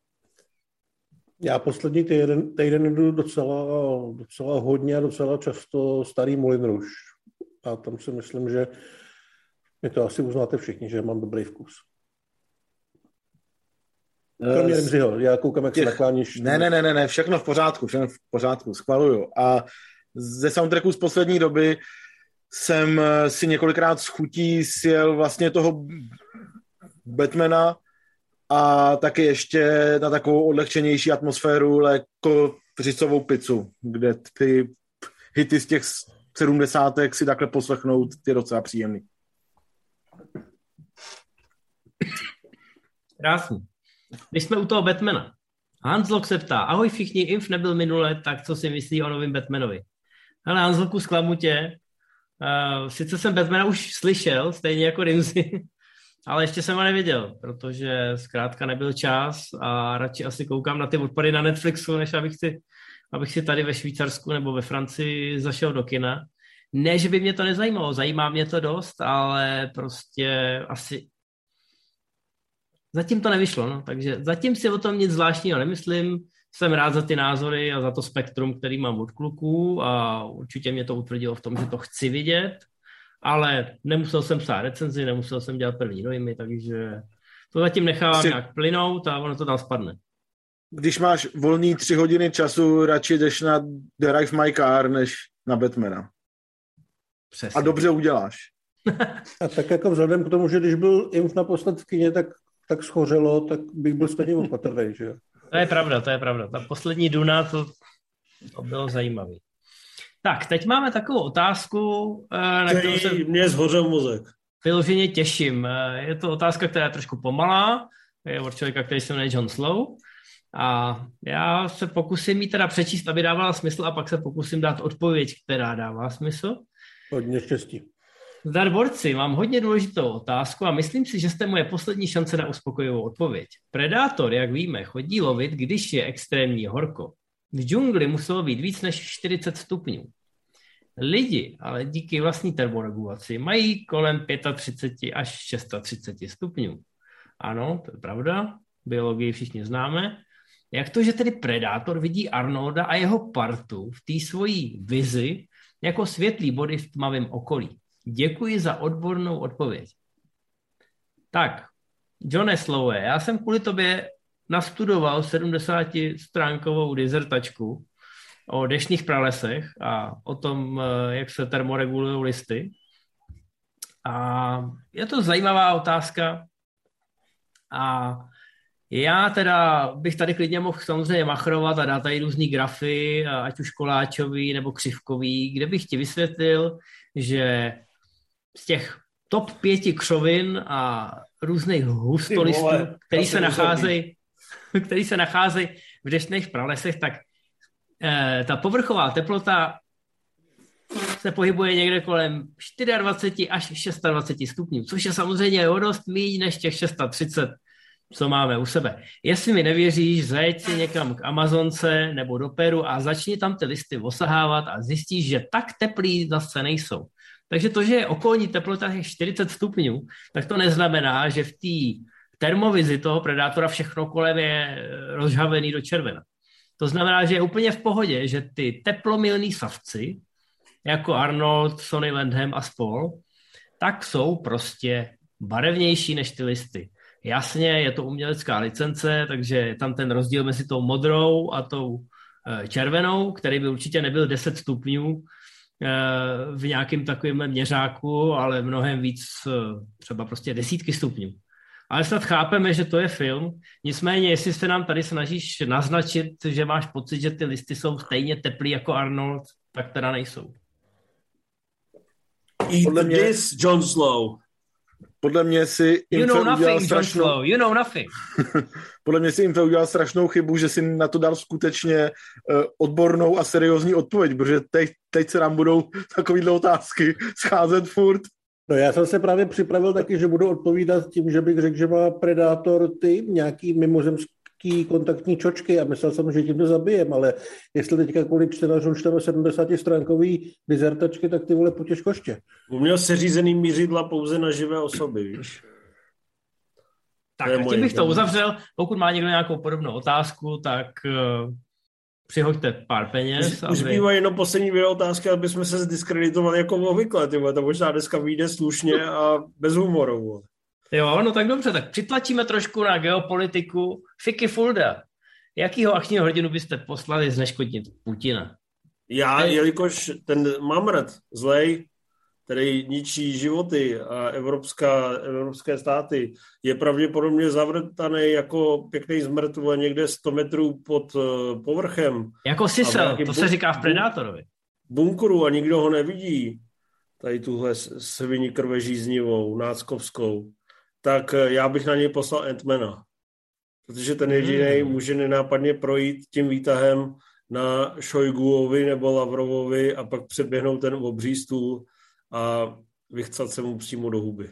Já poslední týden, týden jdu docela, docela hodně a docela často starý Moulin Rouge. A tam si myslím, že mi to asi uznáte všichni, že mám dobrý vkus. Kromě Rimziho, já koukám, jak se nakláníš. Ne, ne, ne, ne, všechno v pořádku, všechno v pořádku, schvaluju. A ze soundtracku z poslední doby jsem si několikrát s chutí sjel vlastně toho Batmana a taky ještě na takovou odlehčenější atmosféru jako Řicovou pizzu, kde ty hity z těch sedmdesátek si takhle poslechnout je docela příjemný. Krásný. Když jsme u toho Batmana. Hanslok se ptá, ahoj všichni, Inf nebyl minule, tak co si myslí o novém Batmanovi? Hele, Hanslku, zklamu tě. Uh, sice jsem Batmana už slyšel, stejně jako Rimzi, ale ještě jsem ho neviděl, protože zkrátka nebyl čas a radši asi koukám na ty odpady na Netflixu, než abych si, abych si tady ve Švýcarsku nebo ve Francii zašel do kina. Ne, že by mě to nezajímalo, zajímá mě to dost, ale prostě asi zatím to nevyšlo, no, takže zatím si o tom nic zvláštního nemyslím. Jsem rád za ty názory a za to spektrum, který mám od kluků a určitě mě to utvrdilo v tom, že to chci vidět, ale nemusel jsem psát recenzi, nemusel jsem dělat první dojmy, takže to zatím nechávám Jsi... nějak plynout a ono to tam spadne. Když máš volný tři hodiny času, radši jdeš na Drive My Car, než na Batmana. Přesně. A dobře uděláš. A tak jako vzhledem k tomu, že když byl Inf naposled v kině, tak, tak schořelo, tak bych byl stejně opatrnej, že jo? To je pravda, to je pravda. Ta poslední Duna, to, to bylo zajímavý. Tak, teď máme takovou otázku, na kterou se mě zhořel mozek. Vyloženě těším. Je to otázka, která je trošku pomalá, je od člověka, který se jmenuje John Slow. A já se pokusím jí teda přečíst, aby dávala smysl a pak se pokusím dát odpověď, která dává smysl. Hodně štěstí. Zdar borci, mám hodně důležitou otázku a myslím si, že jste moje poslední šance na uspokojivou odpověď. Predátor, jak víme, chodí lovit, když je extrémní horko. V džungli muselo být víc než čtyřicet stupňů. Lidi, ale díky vlastní termoregulaci, mají kolem třicet pět až třicet šest stupňů. Ano, to je pravda, biologii všichni známe. Jak to, že tedy predátor vidí Arnolda a jeho partu v té svojí vizi jako světlý body v tmavém okolí? Děkuji za odbornou odpověď. Tak, Johne Slowe, já jsem kvůli tobě nastudoval sedmdesátistránkovou dizertačku o deštných pralesech a o tom, jak se termoregulují listy. A je to zajímavá otázka a já teda bych tady klidně mohl samozřejmě machrovat a dát tady různý grafy, ať už koláčový nebo křivkový, kde bych ti vysvětlil, že z těch top pěti křovin a různých hustolistů, který se nacházejí, který se nacházejí v deštných pralesech, tak eh, ta povrchová teplota se pohybuje někde kolem dvacet čtyři až dvacet šest stupňů, což je samozřejmě o dost míň než těch třicet šest, co máme u sebe. Jestli mi nevěříš, zajeď si někam k Amazonce nebo do Peru a začni tam ty listy osahávat a zjistíš, že tak teplý zase nejsou. Takže to, že je okolní teplota je čtyřicet stupňů, tak to neznamená, že v té termovizi toho predátora všechno kolem je rozžhavený do červena. To znamená, že je úplně v pohodě, že ty teplomilní savci, jako Arnold, Sonny Landham a spol, tak jsou prostě barevnější než ty listy. Jasně, je to umělecká licence, takže je tam ten rozdíl mezi tou modrou a tou červenou, který by určitě nebyl deset stupňů v nějakém takovém měřáku, ale mnohem víc, třeba prostě desítky stupňů. Ale snad chápeme, že to je film. Nicméně, jestli se nám tady snažíš naznačit, že máš pocit, že ty listy jsou stejně teplý jako Arnold, tak teda nejsou. Eat podle mě, this, John Slow. Podle mě si You know nothing, strašnou... John Slow. You know nothing. Podle mě si Infe udělal strašnou chybu, že si na to dal skutečně uh, odbornou a seriózní odpověď, protože teď, teď se nám budou takovýhle otázky scházet furt. No já jsem se právě připravil taky, že budu odpovídat tím, že bych řekl, že má predátor ty nějaký mimozemský kontaktní čočky a myslel jsem, že tím to zabijem, ale jestli teďka kvůli čtenářům čteme sedmdesátistránkový dizertačky, tak ty vole potěž koště. Uměl seřízený mířidla pouze na živé osoby, víš? Tak tím bych to uzavřel. Pokud má někdo nějakou podobnou otázku, tak uh, přihoďte pár peněz. Už zbývají jenom poslední dvě otázky, aby jsme se zdiskreditovali jako obvykle. Tyhle. To možná dneska vyjde slušně a bez humoru. Jo, no tak dobře, tak přitlačíme trošku na geopolitiku. Fiky Fulda, jakýho akčního hrdinu byste poslali zneškodnit Putina? Já, jelikož ten mamrt zlej, který ničí životy a evropská, evropské státy, je pravděpodobně zavrtaný jako pěkný zmrtvol někde sto metrů pod uh, povrchem. Jako sisel, to se říká v Predátorovi. Bunkru a nikdo ho nevidí, tady tuhle sviní krvežíznivou, náckovskou, tak já bych na něj poslal Ant-Mana. Protože ten jediný hmm. může nenápadně projít tím výtahem na Šojguovi nebo Lavrovovi a pak přeběhnout ten obří stůl a vychcat se mu přímo do huby.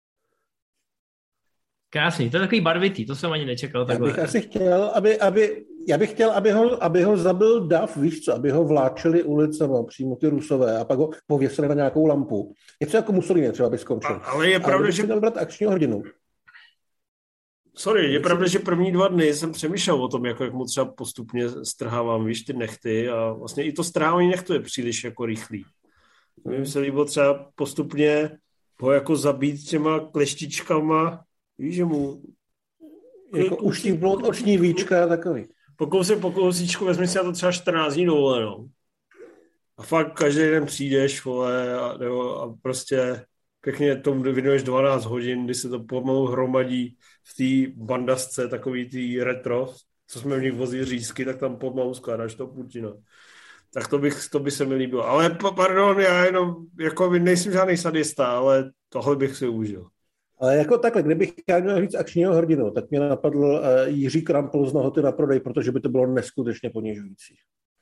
Krásný, to je takový barvitý, to jsem ani nečekal. Já bych asi chtěl, aby, aby, já bych chtěl, aby ho, aby ho zabil dav, víš co, aby ho vláčeli ulicama, přímo ty Rusové, a pak ho pověsili na nějakou lampu. Něco jako Mussolini třeba by skončil. A, ale je pravda, že... měl brát akčního hrdinu. Sorry, je pravda, že první dva dny jsem přemýšlel o tom, jako jak mu třeba postupně strhávám, víš, ty nechty a vlastně i to strhávání nechtu je příliš jako rychlý. Mně se líbilo třeba postupně ho jako zabít těma kleštičkama, víš, že mu... Jako uštípnout oční víčka a takový. Pokousek po kousíčku, vezmi si na to třeba čtrnáct dní dovolenou. A fakt každý den přijdeš, vole, a, nebo, a prostě pěkně tomu věnuješ dvanáct hodin, kdy se to pomalu hromadí v té bandasce, takový tý retro, co jsme v nich vozili řízky, tak tam pomalu skládáš toho Putina. Tak to, bych, to by se mi líbilo. Ale pardon, já jenom, jako nejsem žádný sadista, ale tohle bych si užil. Ale jako takhle, kdybych já měl říct akčního hrdinu, tak mě napadl uh, Jiří Krampl z Nohoty na prodej, protože by to bylo neskutečně ponižující.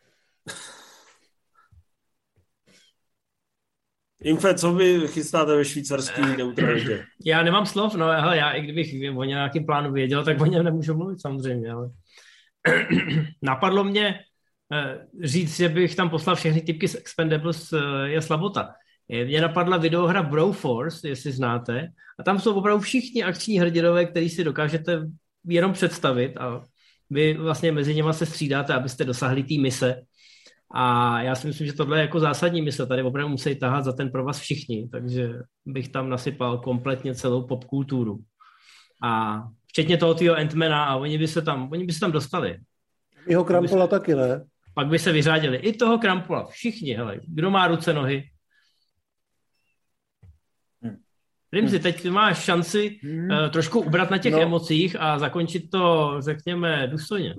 Infe, co vy chystáte ve švýcarský neutralitě? Já nemám slov, no hele, já i kdybych o nějakým plánu věděl, tak o něm nemůžu mluvit samozřejmě, ale napadlo mě uh, říct, že bych tam poslal všechny typky z Expendables uh, je slabota. Mě napadla videohra Broforce, jestli znáte, a tam jsou opravdu všichni akční hrdinové, který si dokážete jenom představit a vy vlastně mezi něma se střídáte, abyste dosáhli té mise. A já si myslím, že tohle je jako zásadní mise. Tady opravdu musí tahat za ten provaz všichni, takže bych tam nasypal kompletně celou popkulturu. A včetně toho tvýho Ant-Mana a oni by se tam, oni by se tam dostali. Jeho Krampola se, taky, ne? Pak by se vyřádili. I toho Krampola. Všichni, hele. Kdo má ruce, nohy? Rimzi, teď máš šanci hmm. uh, trošku ubrat na těch no. emocích a zakončit to, řekněme, důstojně.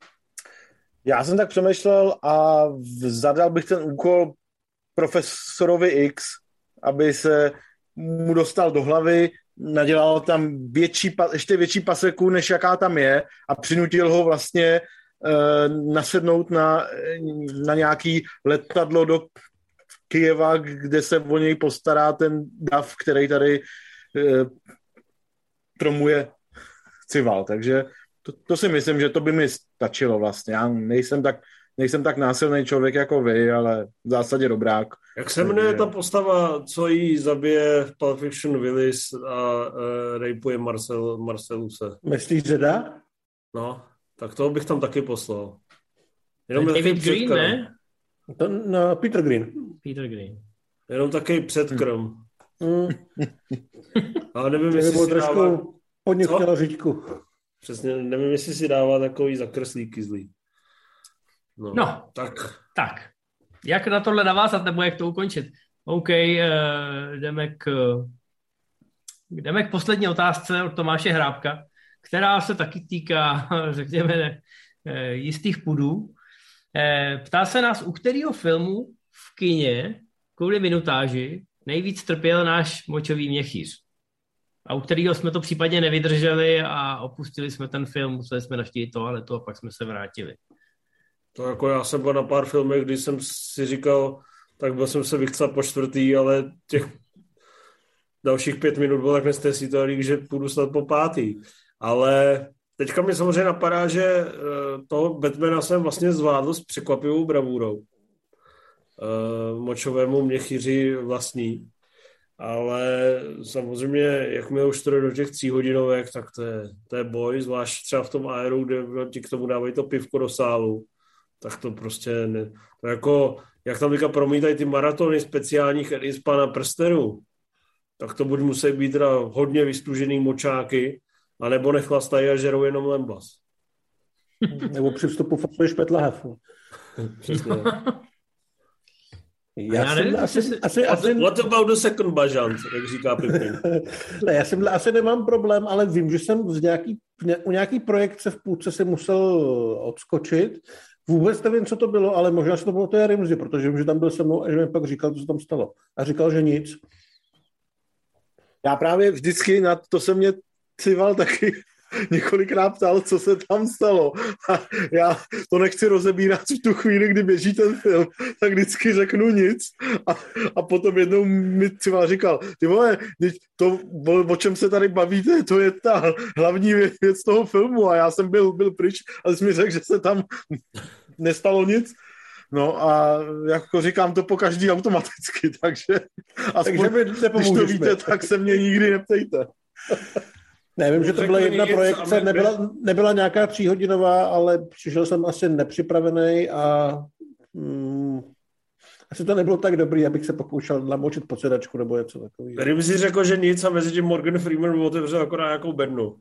Já jsem tak přemýšlel a zadal bych ten úkol profesorovi X, aby se mu dostal do hlavy, nadělal tam větší, ještě větší paseku, než jaká tam je a přinutil ho vlastně uh, nasednout na, na nějaký letadlo do Kyjeva, kde se o něj postará ten dav, který tady uh, promuje Cival. Takže to, to si myslím, že to by mi stačilo vlastně. Já nejsem tak, nejsem tak násilný člověk jako vy, ale v zásadě dobrák. Jak se jmenuje ta postava, co jí zabije v Pulp Fiction Willis a uh, rejpuje Marcel, Marceluse? Myslíš, že dá? No, tak toho bych tam taky poslal. Jenom David Green, ne? To, no, Peter Green. Peter Green. Jenom taky předkrm. Mm. Ale nevím, jestli si trošku dává... podnik chtěla říčku. Přesně, nevím, jestli si dává takový zakrslíky zlý. No, no, tak. tak. Jak na tohle navázat, nebo jak to ukončit? OK, uh, jdeme k, jdeme k poslední otázce od Tomáše Hrábka, která se taky týká, řekněme, jistých pudů. Ptá se nás, u kterého filmu v kině kvůli minutáži nejvíc trpěl náš močový měchýř. A u kterého jsme to případně nevydrželi a opustili jsme ten film, museli jsme navštívit toaletu a pak jsme se vrátili. To jako já jsem byl na pár filmech, kdy jsem si říkal, tak byl jsem se vychcat po čtvrtý, ale těch dalších pět minut bylo tak nesnesitelný, že půjdu snad po pátý. Ale teďka mi samozřejmě napadá, že toho Batmana jsem vlastně zvládl s překvapivou bravůrou. Močovému měchýři vlastní. Ale samozřejmě, jakmile už to jde do těch tříhodinovek, tak to je, to je boj, zvlášť třeba v tom aeru, kde ti k tomu dávají to pivko do sálu, tak to prostě ne. To jako, jak tam teďka promítají ty maratony speciálních z Pána prstenů, tak to buď musí být teda hodně vystužený močáky, anebo nechlastají a žerou jenom lembas. Nebo při vstupu fotuješ Petlahefu. Přesně. Já, já nevím, asi, asi, asi, what, asi... what about the second bažant, jak říká Pipin. Ne, já jsem asi nemám problém, ale vím, že jsem z nějaký, u nějaký projekce v půlce si musel odskočit. Vůbec nevím, co to bylo, ale možná se to bylo té Rimzi, protože vím, že tam byl se mnou a že mi pak říkal, co se tam stalo. A říkal, že nic. Já právě vždycky na to se mě Cival taky několikrát ptal, co se tam stalo. A já to nechci rozebírat v tu chvíli, kdy běží ten film, tak vždycky řeknu nic. A, a potom jednou mi Cival říkal, ty vole, to, o čem se tady bavíte, to je ta hlavní věc toho filmu. A já jsem byl, byl pryč, ale jsi mi řekl, že se tam nestalo nic. No a jako říkám to po každý automaticky, takže aspoň, takže když to víte, tak se mě nikdy neptejte. Ne, vím, že to byla jedna projekce, nebyla, nebyla nějaká tříhodinová, ale přišel jsem asi nepřipravený a mm, asi to nebylo tak dobrý, abych se pokoušel namočit pod sedačku nebo něco takového. Tady by si řekl, že nic a mezi tím Morgan Freeman otevřel akorát nějakou bednu.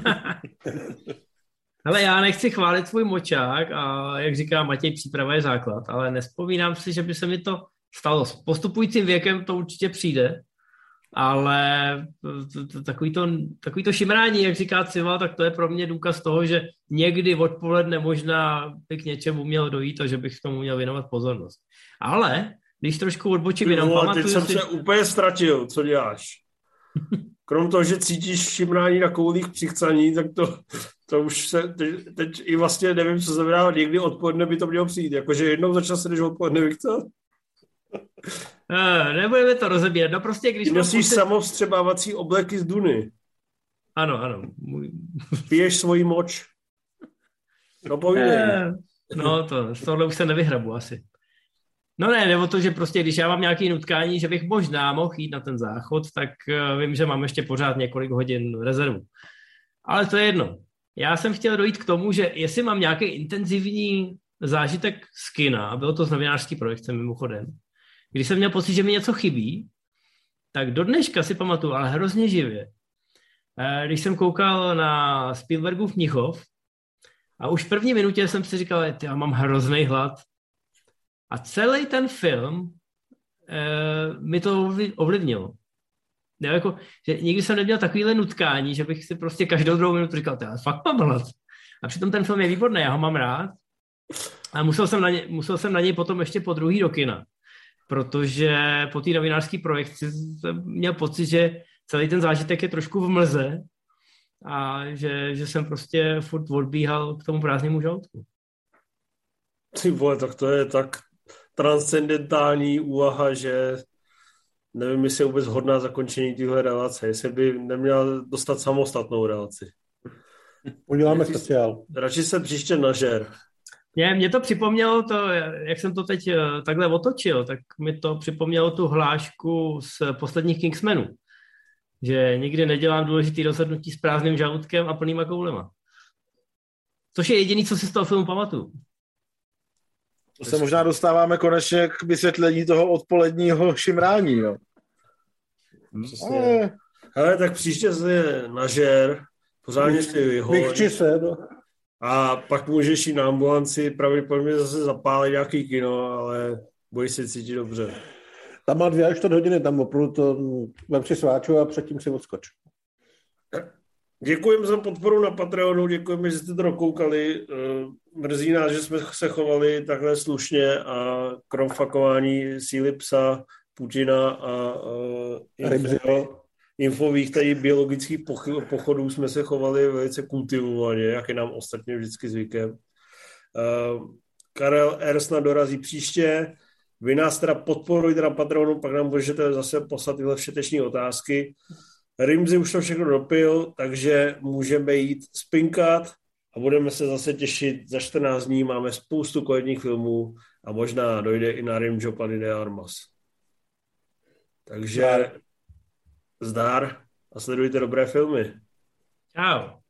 Ale já nechci chválit tvůj močák a jak říká Matěj, příprava je základ, ale nespomínám si, že by se mi to stalo. S postupujícím věkem to určitě přijde, ale takový to, takový to šimrání, jak říká Cival, tak to je pro mě důkaz toho, že někdy odpoledne možná by k něčemu mělo dojít a že bych k tomu měl věnovat pozornost. Ale když trošku odbočím, jenom no, pamatuju teď jsem si... se úplně ztratil, co děláš? Krom toho, že cítíš šimrání na koulích přichcaní, tak to, to už se, teď, teď i vlastně nevím, co znamená, někdy odpoledne by to mělo přijít, jakože jednou za čas se jdeš odpoledne vychcat. Uh, nebudeme to rozebírat, no prostě když... Ty nosíš pocit... samovstřebávací obleky z Duny. Ano, ano. Můj... Piješ svoji moč. No povídej. Uh, no to, z tohle už se nevyhrabu asi. No ne, nebo to, že prostě když já mám nějaké nutkání, že bych možná mohl jít na ten záchod, tak uh, vím, že mám ještě pořád několik hodin rezervu. Ale to je jedno. Já jsem chtěl dojít k tomu, že jestli mám nějaký intenzivní zážitek z kina, a bylo to z novinářský projekce mimochodem, když jsem měl pocit, že mi něco chybí, tak do dneška si pamatuju, ale hrozně živě. Když jsem koukal na Spielbergův Mnichov a už v první minutě jsem si říkal, já mám hrozný hlad. A celý ten film eh, mi to ovlivnilo. Já jako, že nikdy jsem neměl takovýhle nutkání, že bych si prostě každou druhou minutu říkal, já fakt mám hlad. A přitom ten film je výborný, já ho mám rád. A musel jsem na, ně, musel jsem na něj potom ještě po druhý do kina. Protože po té novinářské projekci jsem měl pocit, že celý ten zážitek je trošku v mlze a že, že jsem prostě furt odbíhal k tomu prázdnému žaludku. Ty vole, tak to je tak transcendentální úvaha, že nevím, jestli je vůbec hodná zakončení téhle relace, jestli by neměla dostat samostatnou relaci. Uděláme speciál. Radši se příště nažer. Mě, mě to připomnělo to, jak jsem to teď takhle otočil, tak mi to připomnělo tu hlášku z posledních Kingsmenů, že nikdy nedělám důležitý rozhodnutí s prázdným žaludkem a plnýma koulema. Což je jediný, co si z toho filmu pamatuju. To se možná dostáváme konečně k vysvětlení toho odpoledního šimrání, no. Ale... Hele, tak příště se nažer, pořádně si vyhoď. Vychči se, no. A pak můžeš jít na ambulanci, pravděpodobně zase zapálit nějaký kino, ale bojí se cítit dobře. Tam má dvě až čtvrt hodiny, tam opravdu to vem si sváču a předtím si odskoč. Děkujeme za podporu na Patreonu, děkujeme, že jste to dokoukali. Mrzí nás, že jsme se chovali takhle slušně a krom fakování síly psa, Putina a info, infových tady biologických pochodů jsme se chovali velice kultivovaně, jak je nám ostatně vždycky zvykem. Karel R. snad dorazí příště. Vy nás teda podporujte na Patreonu, pak nám můžete zase poslat tyhle všeteční otázky. Rimzi už to všechno dopil, takže můžeme jít spinkat a budeme se zase těšit. Za čtrnáct dní máme spoustu kvalitních filmů a možná dojde i na Rim Joplin de Armas. Takže zdar a sledujte dobré filmy. Čau.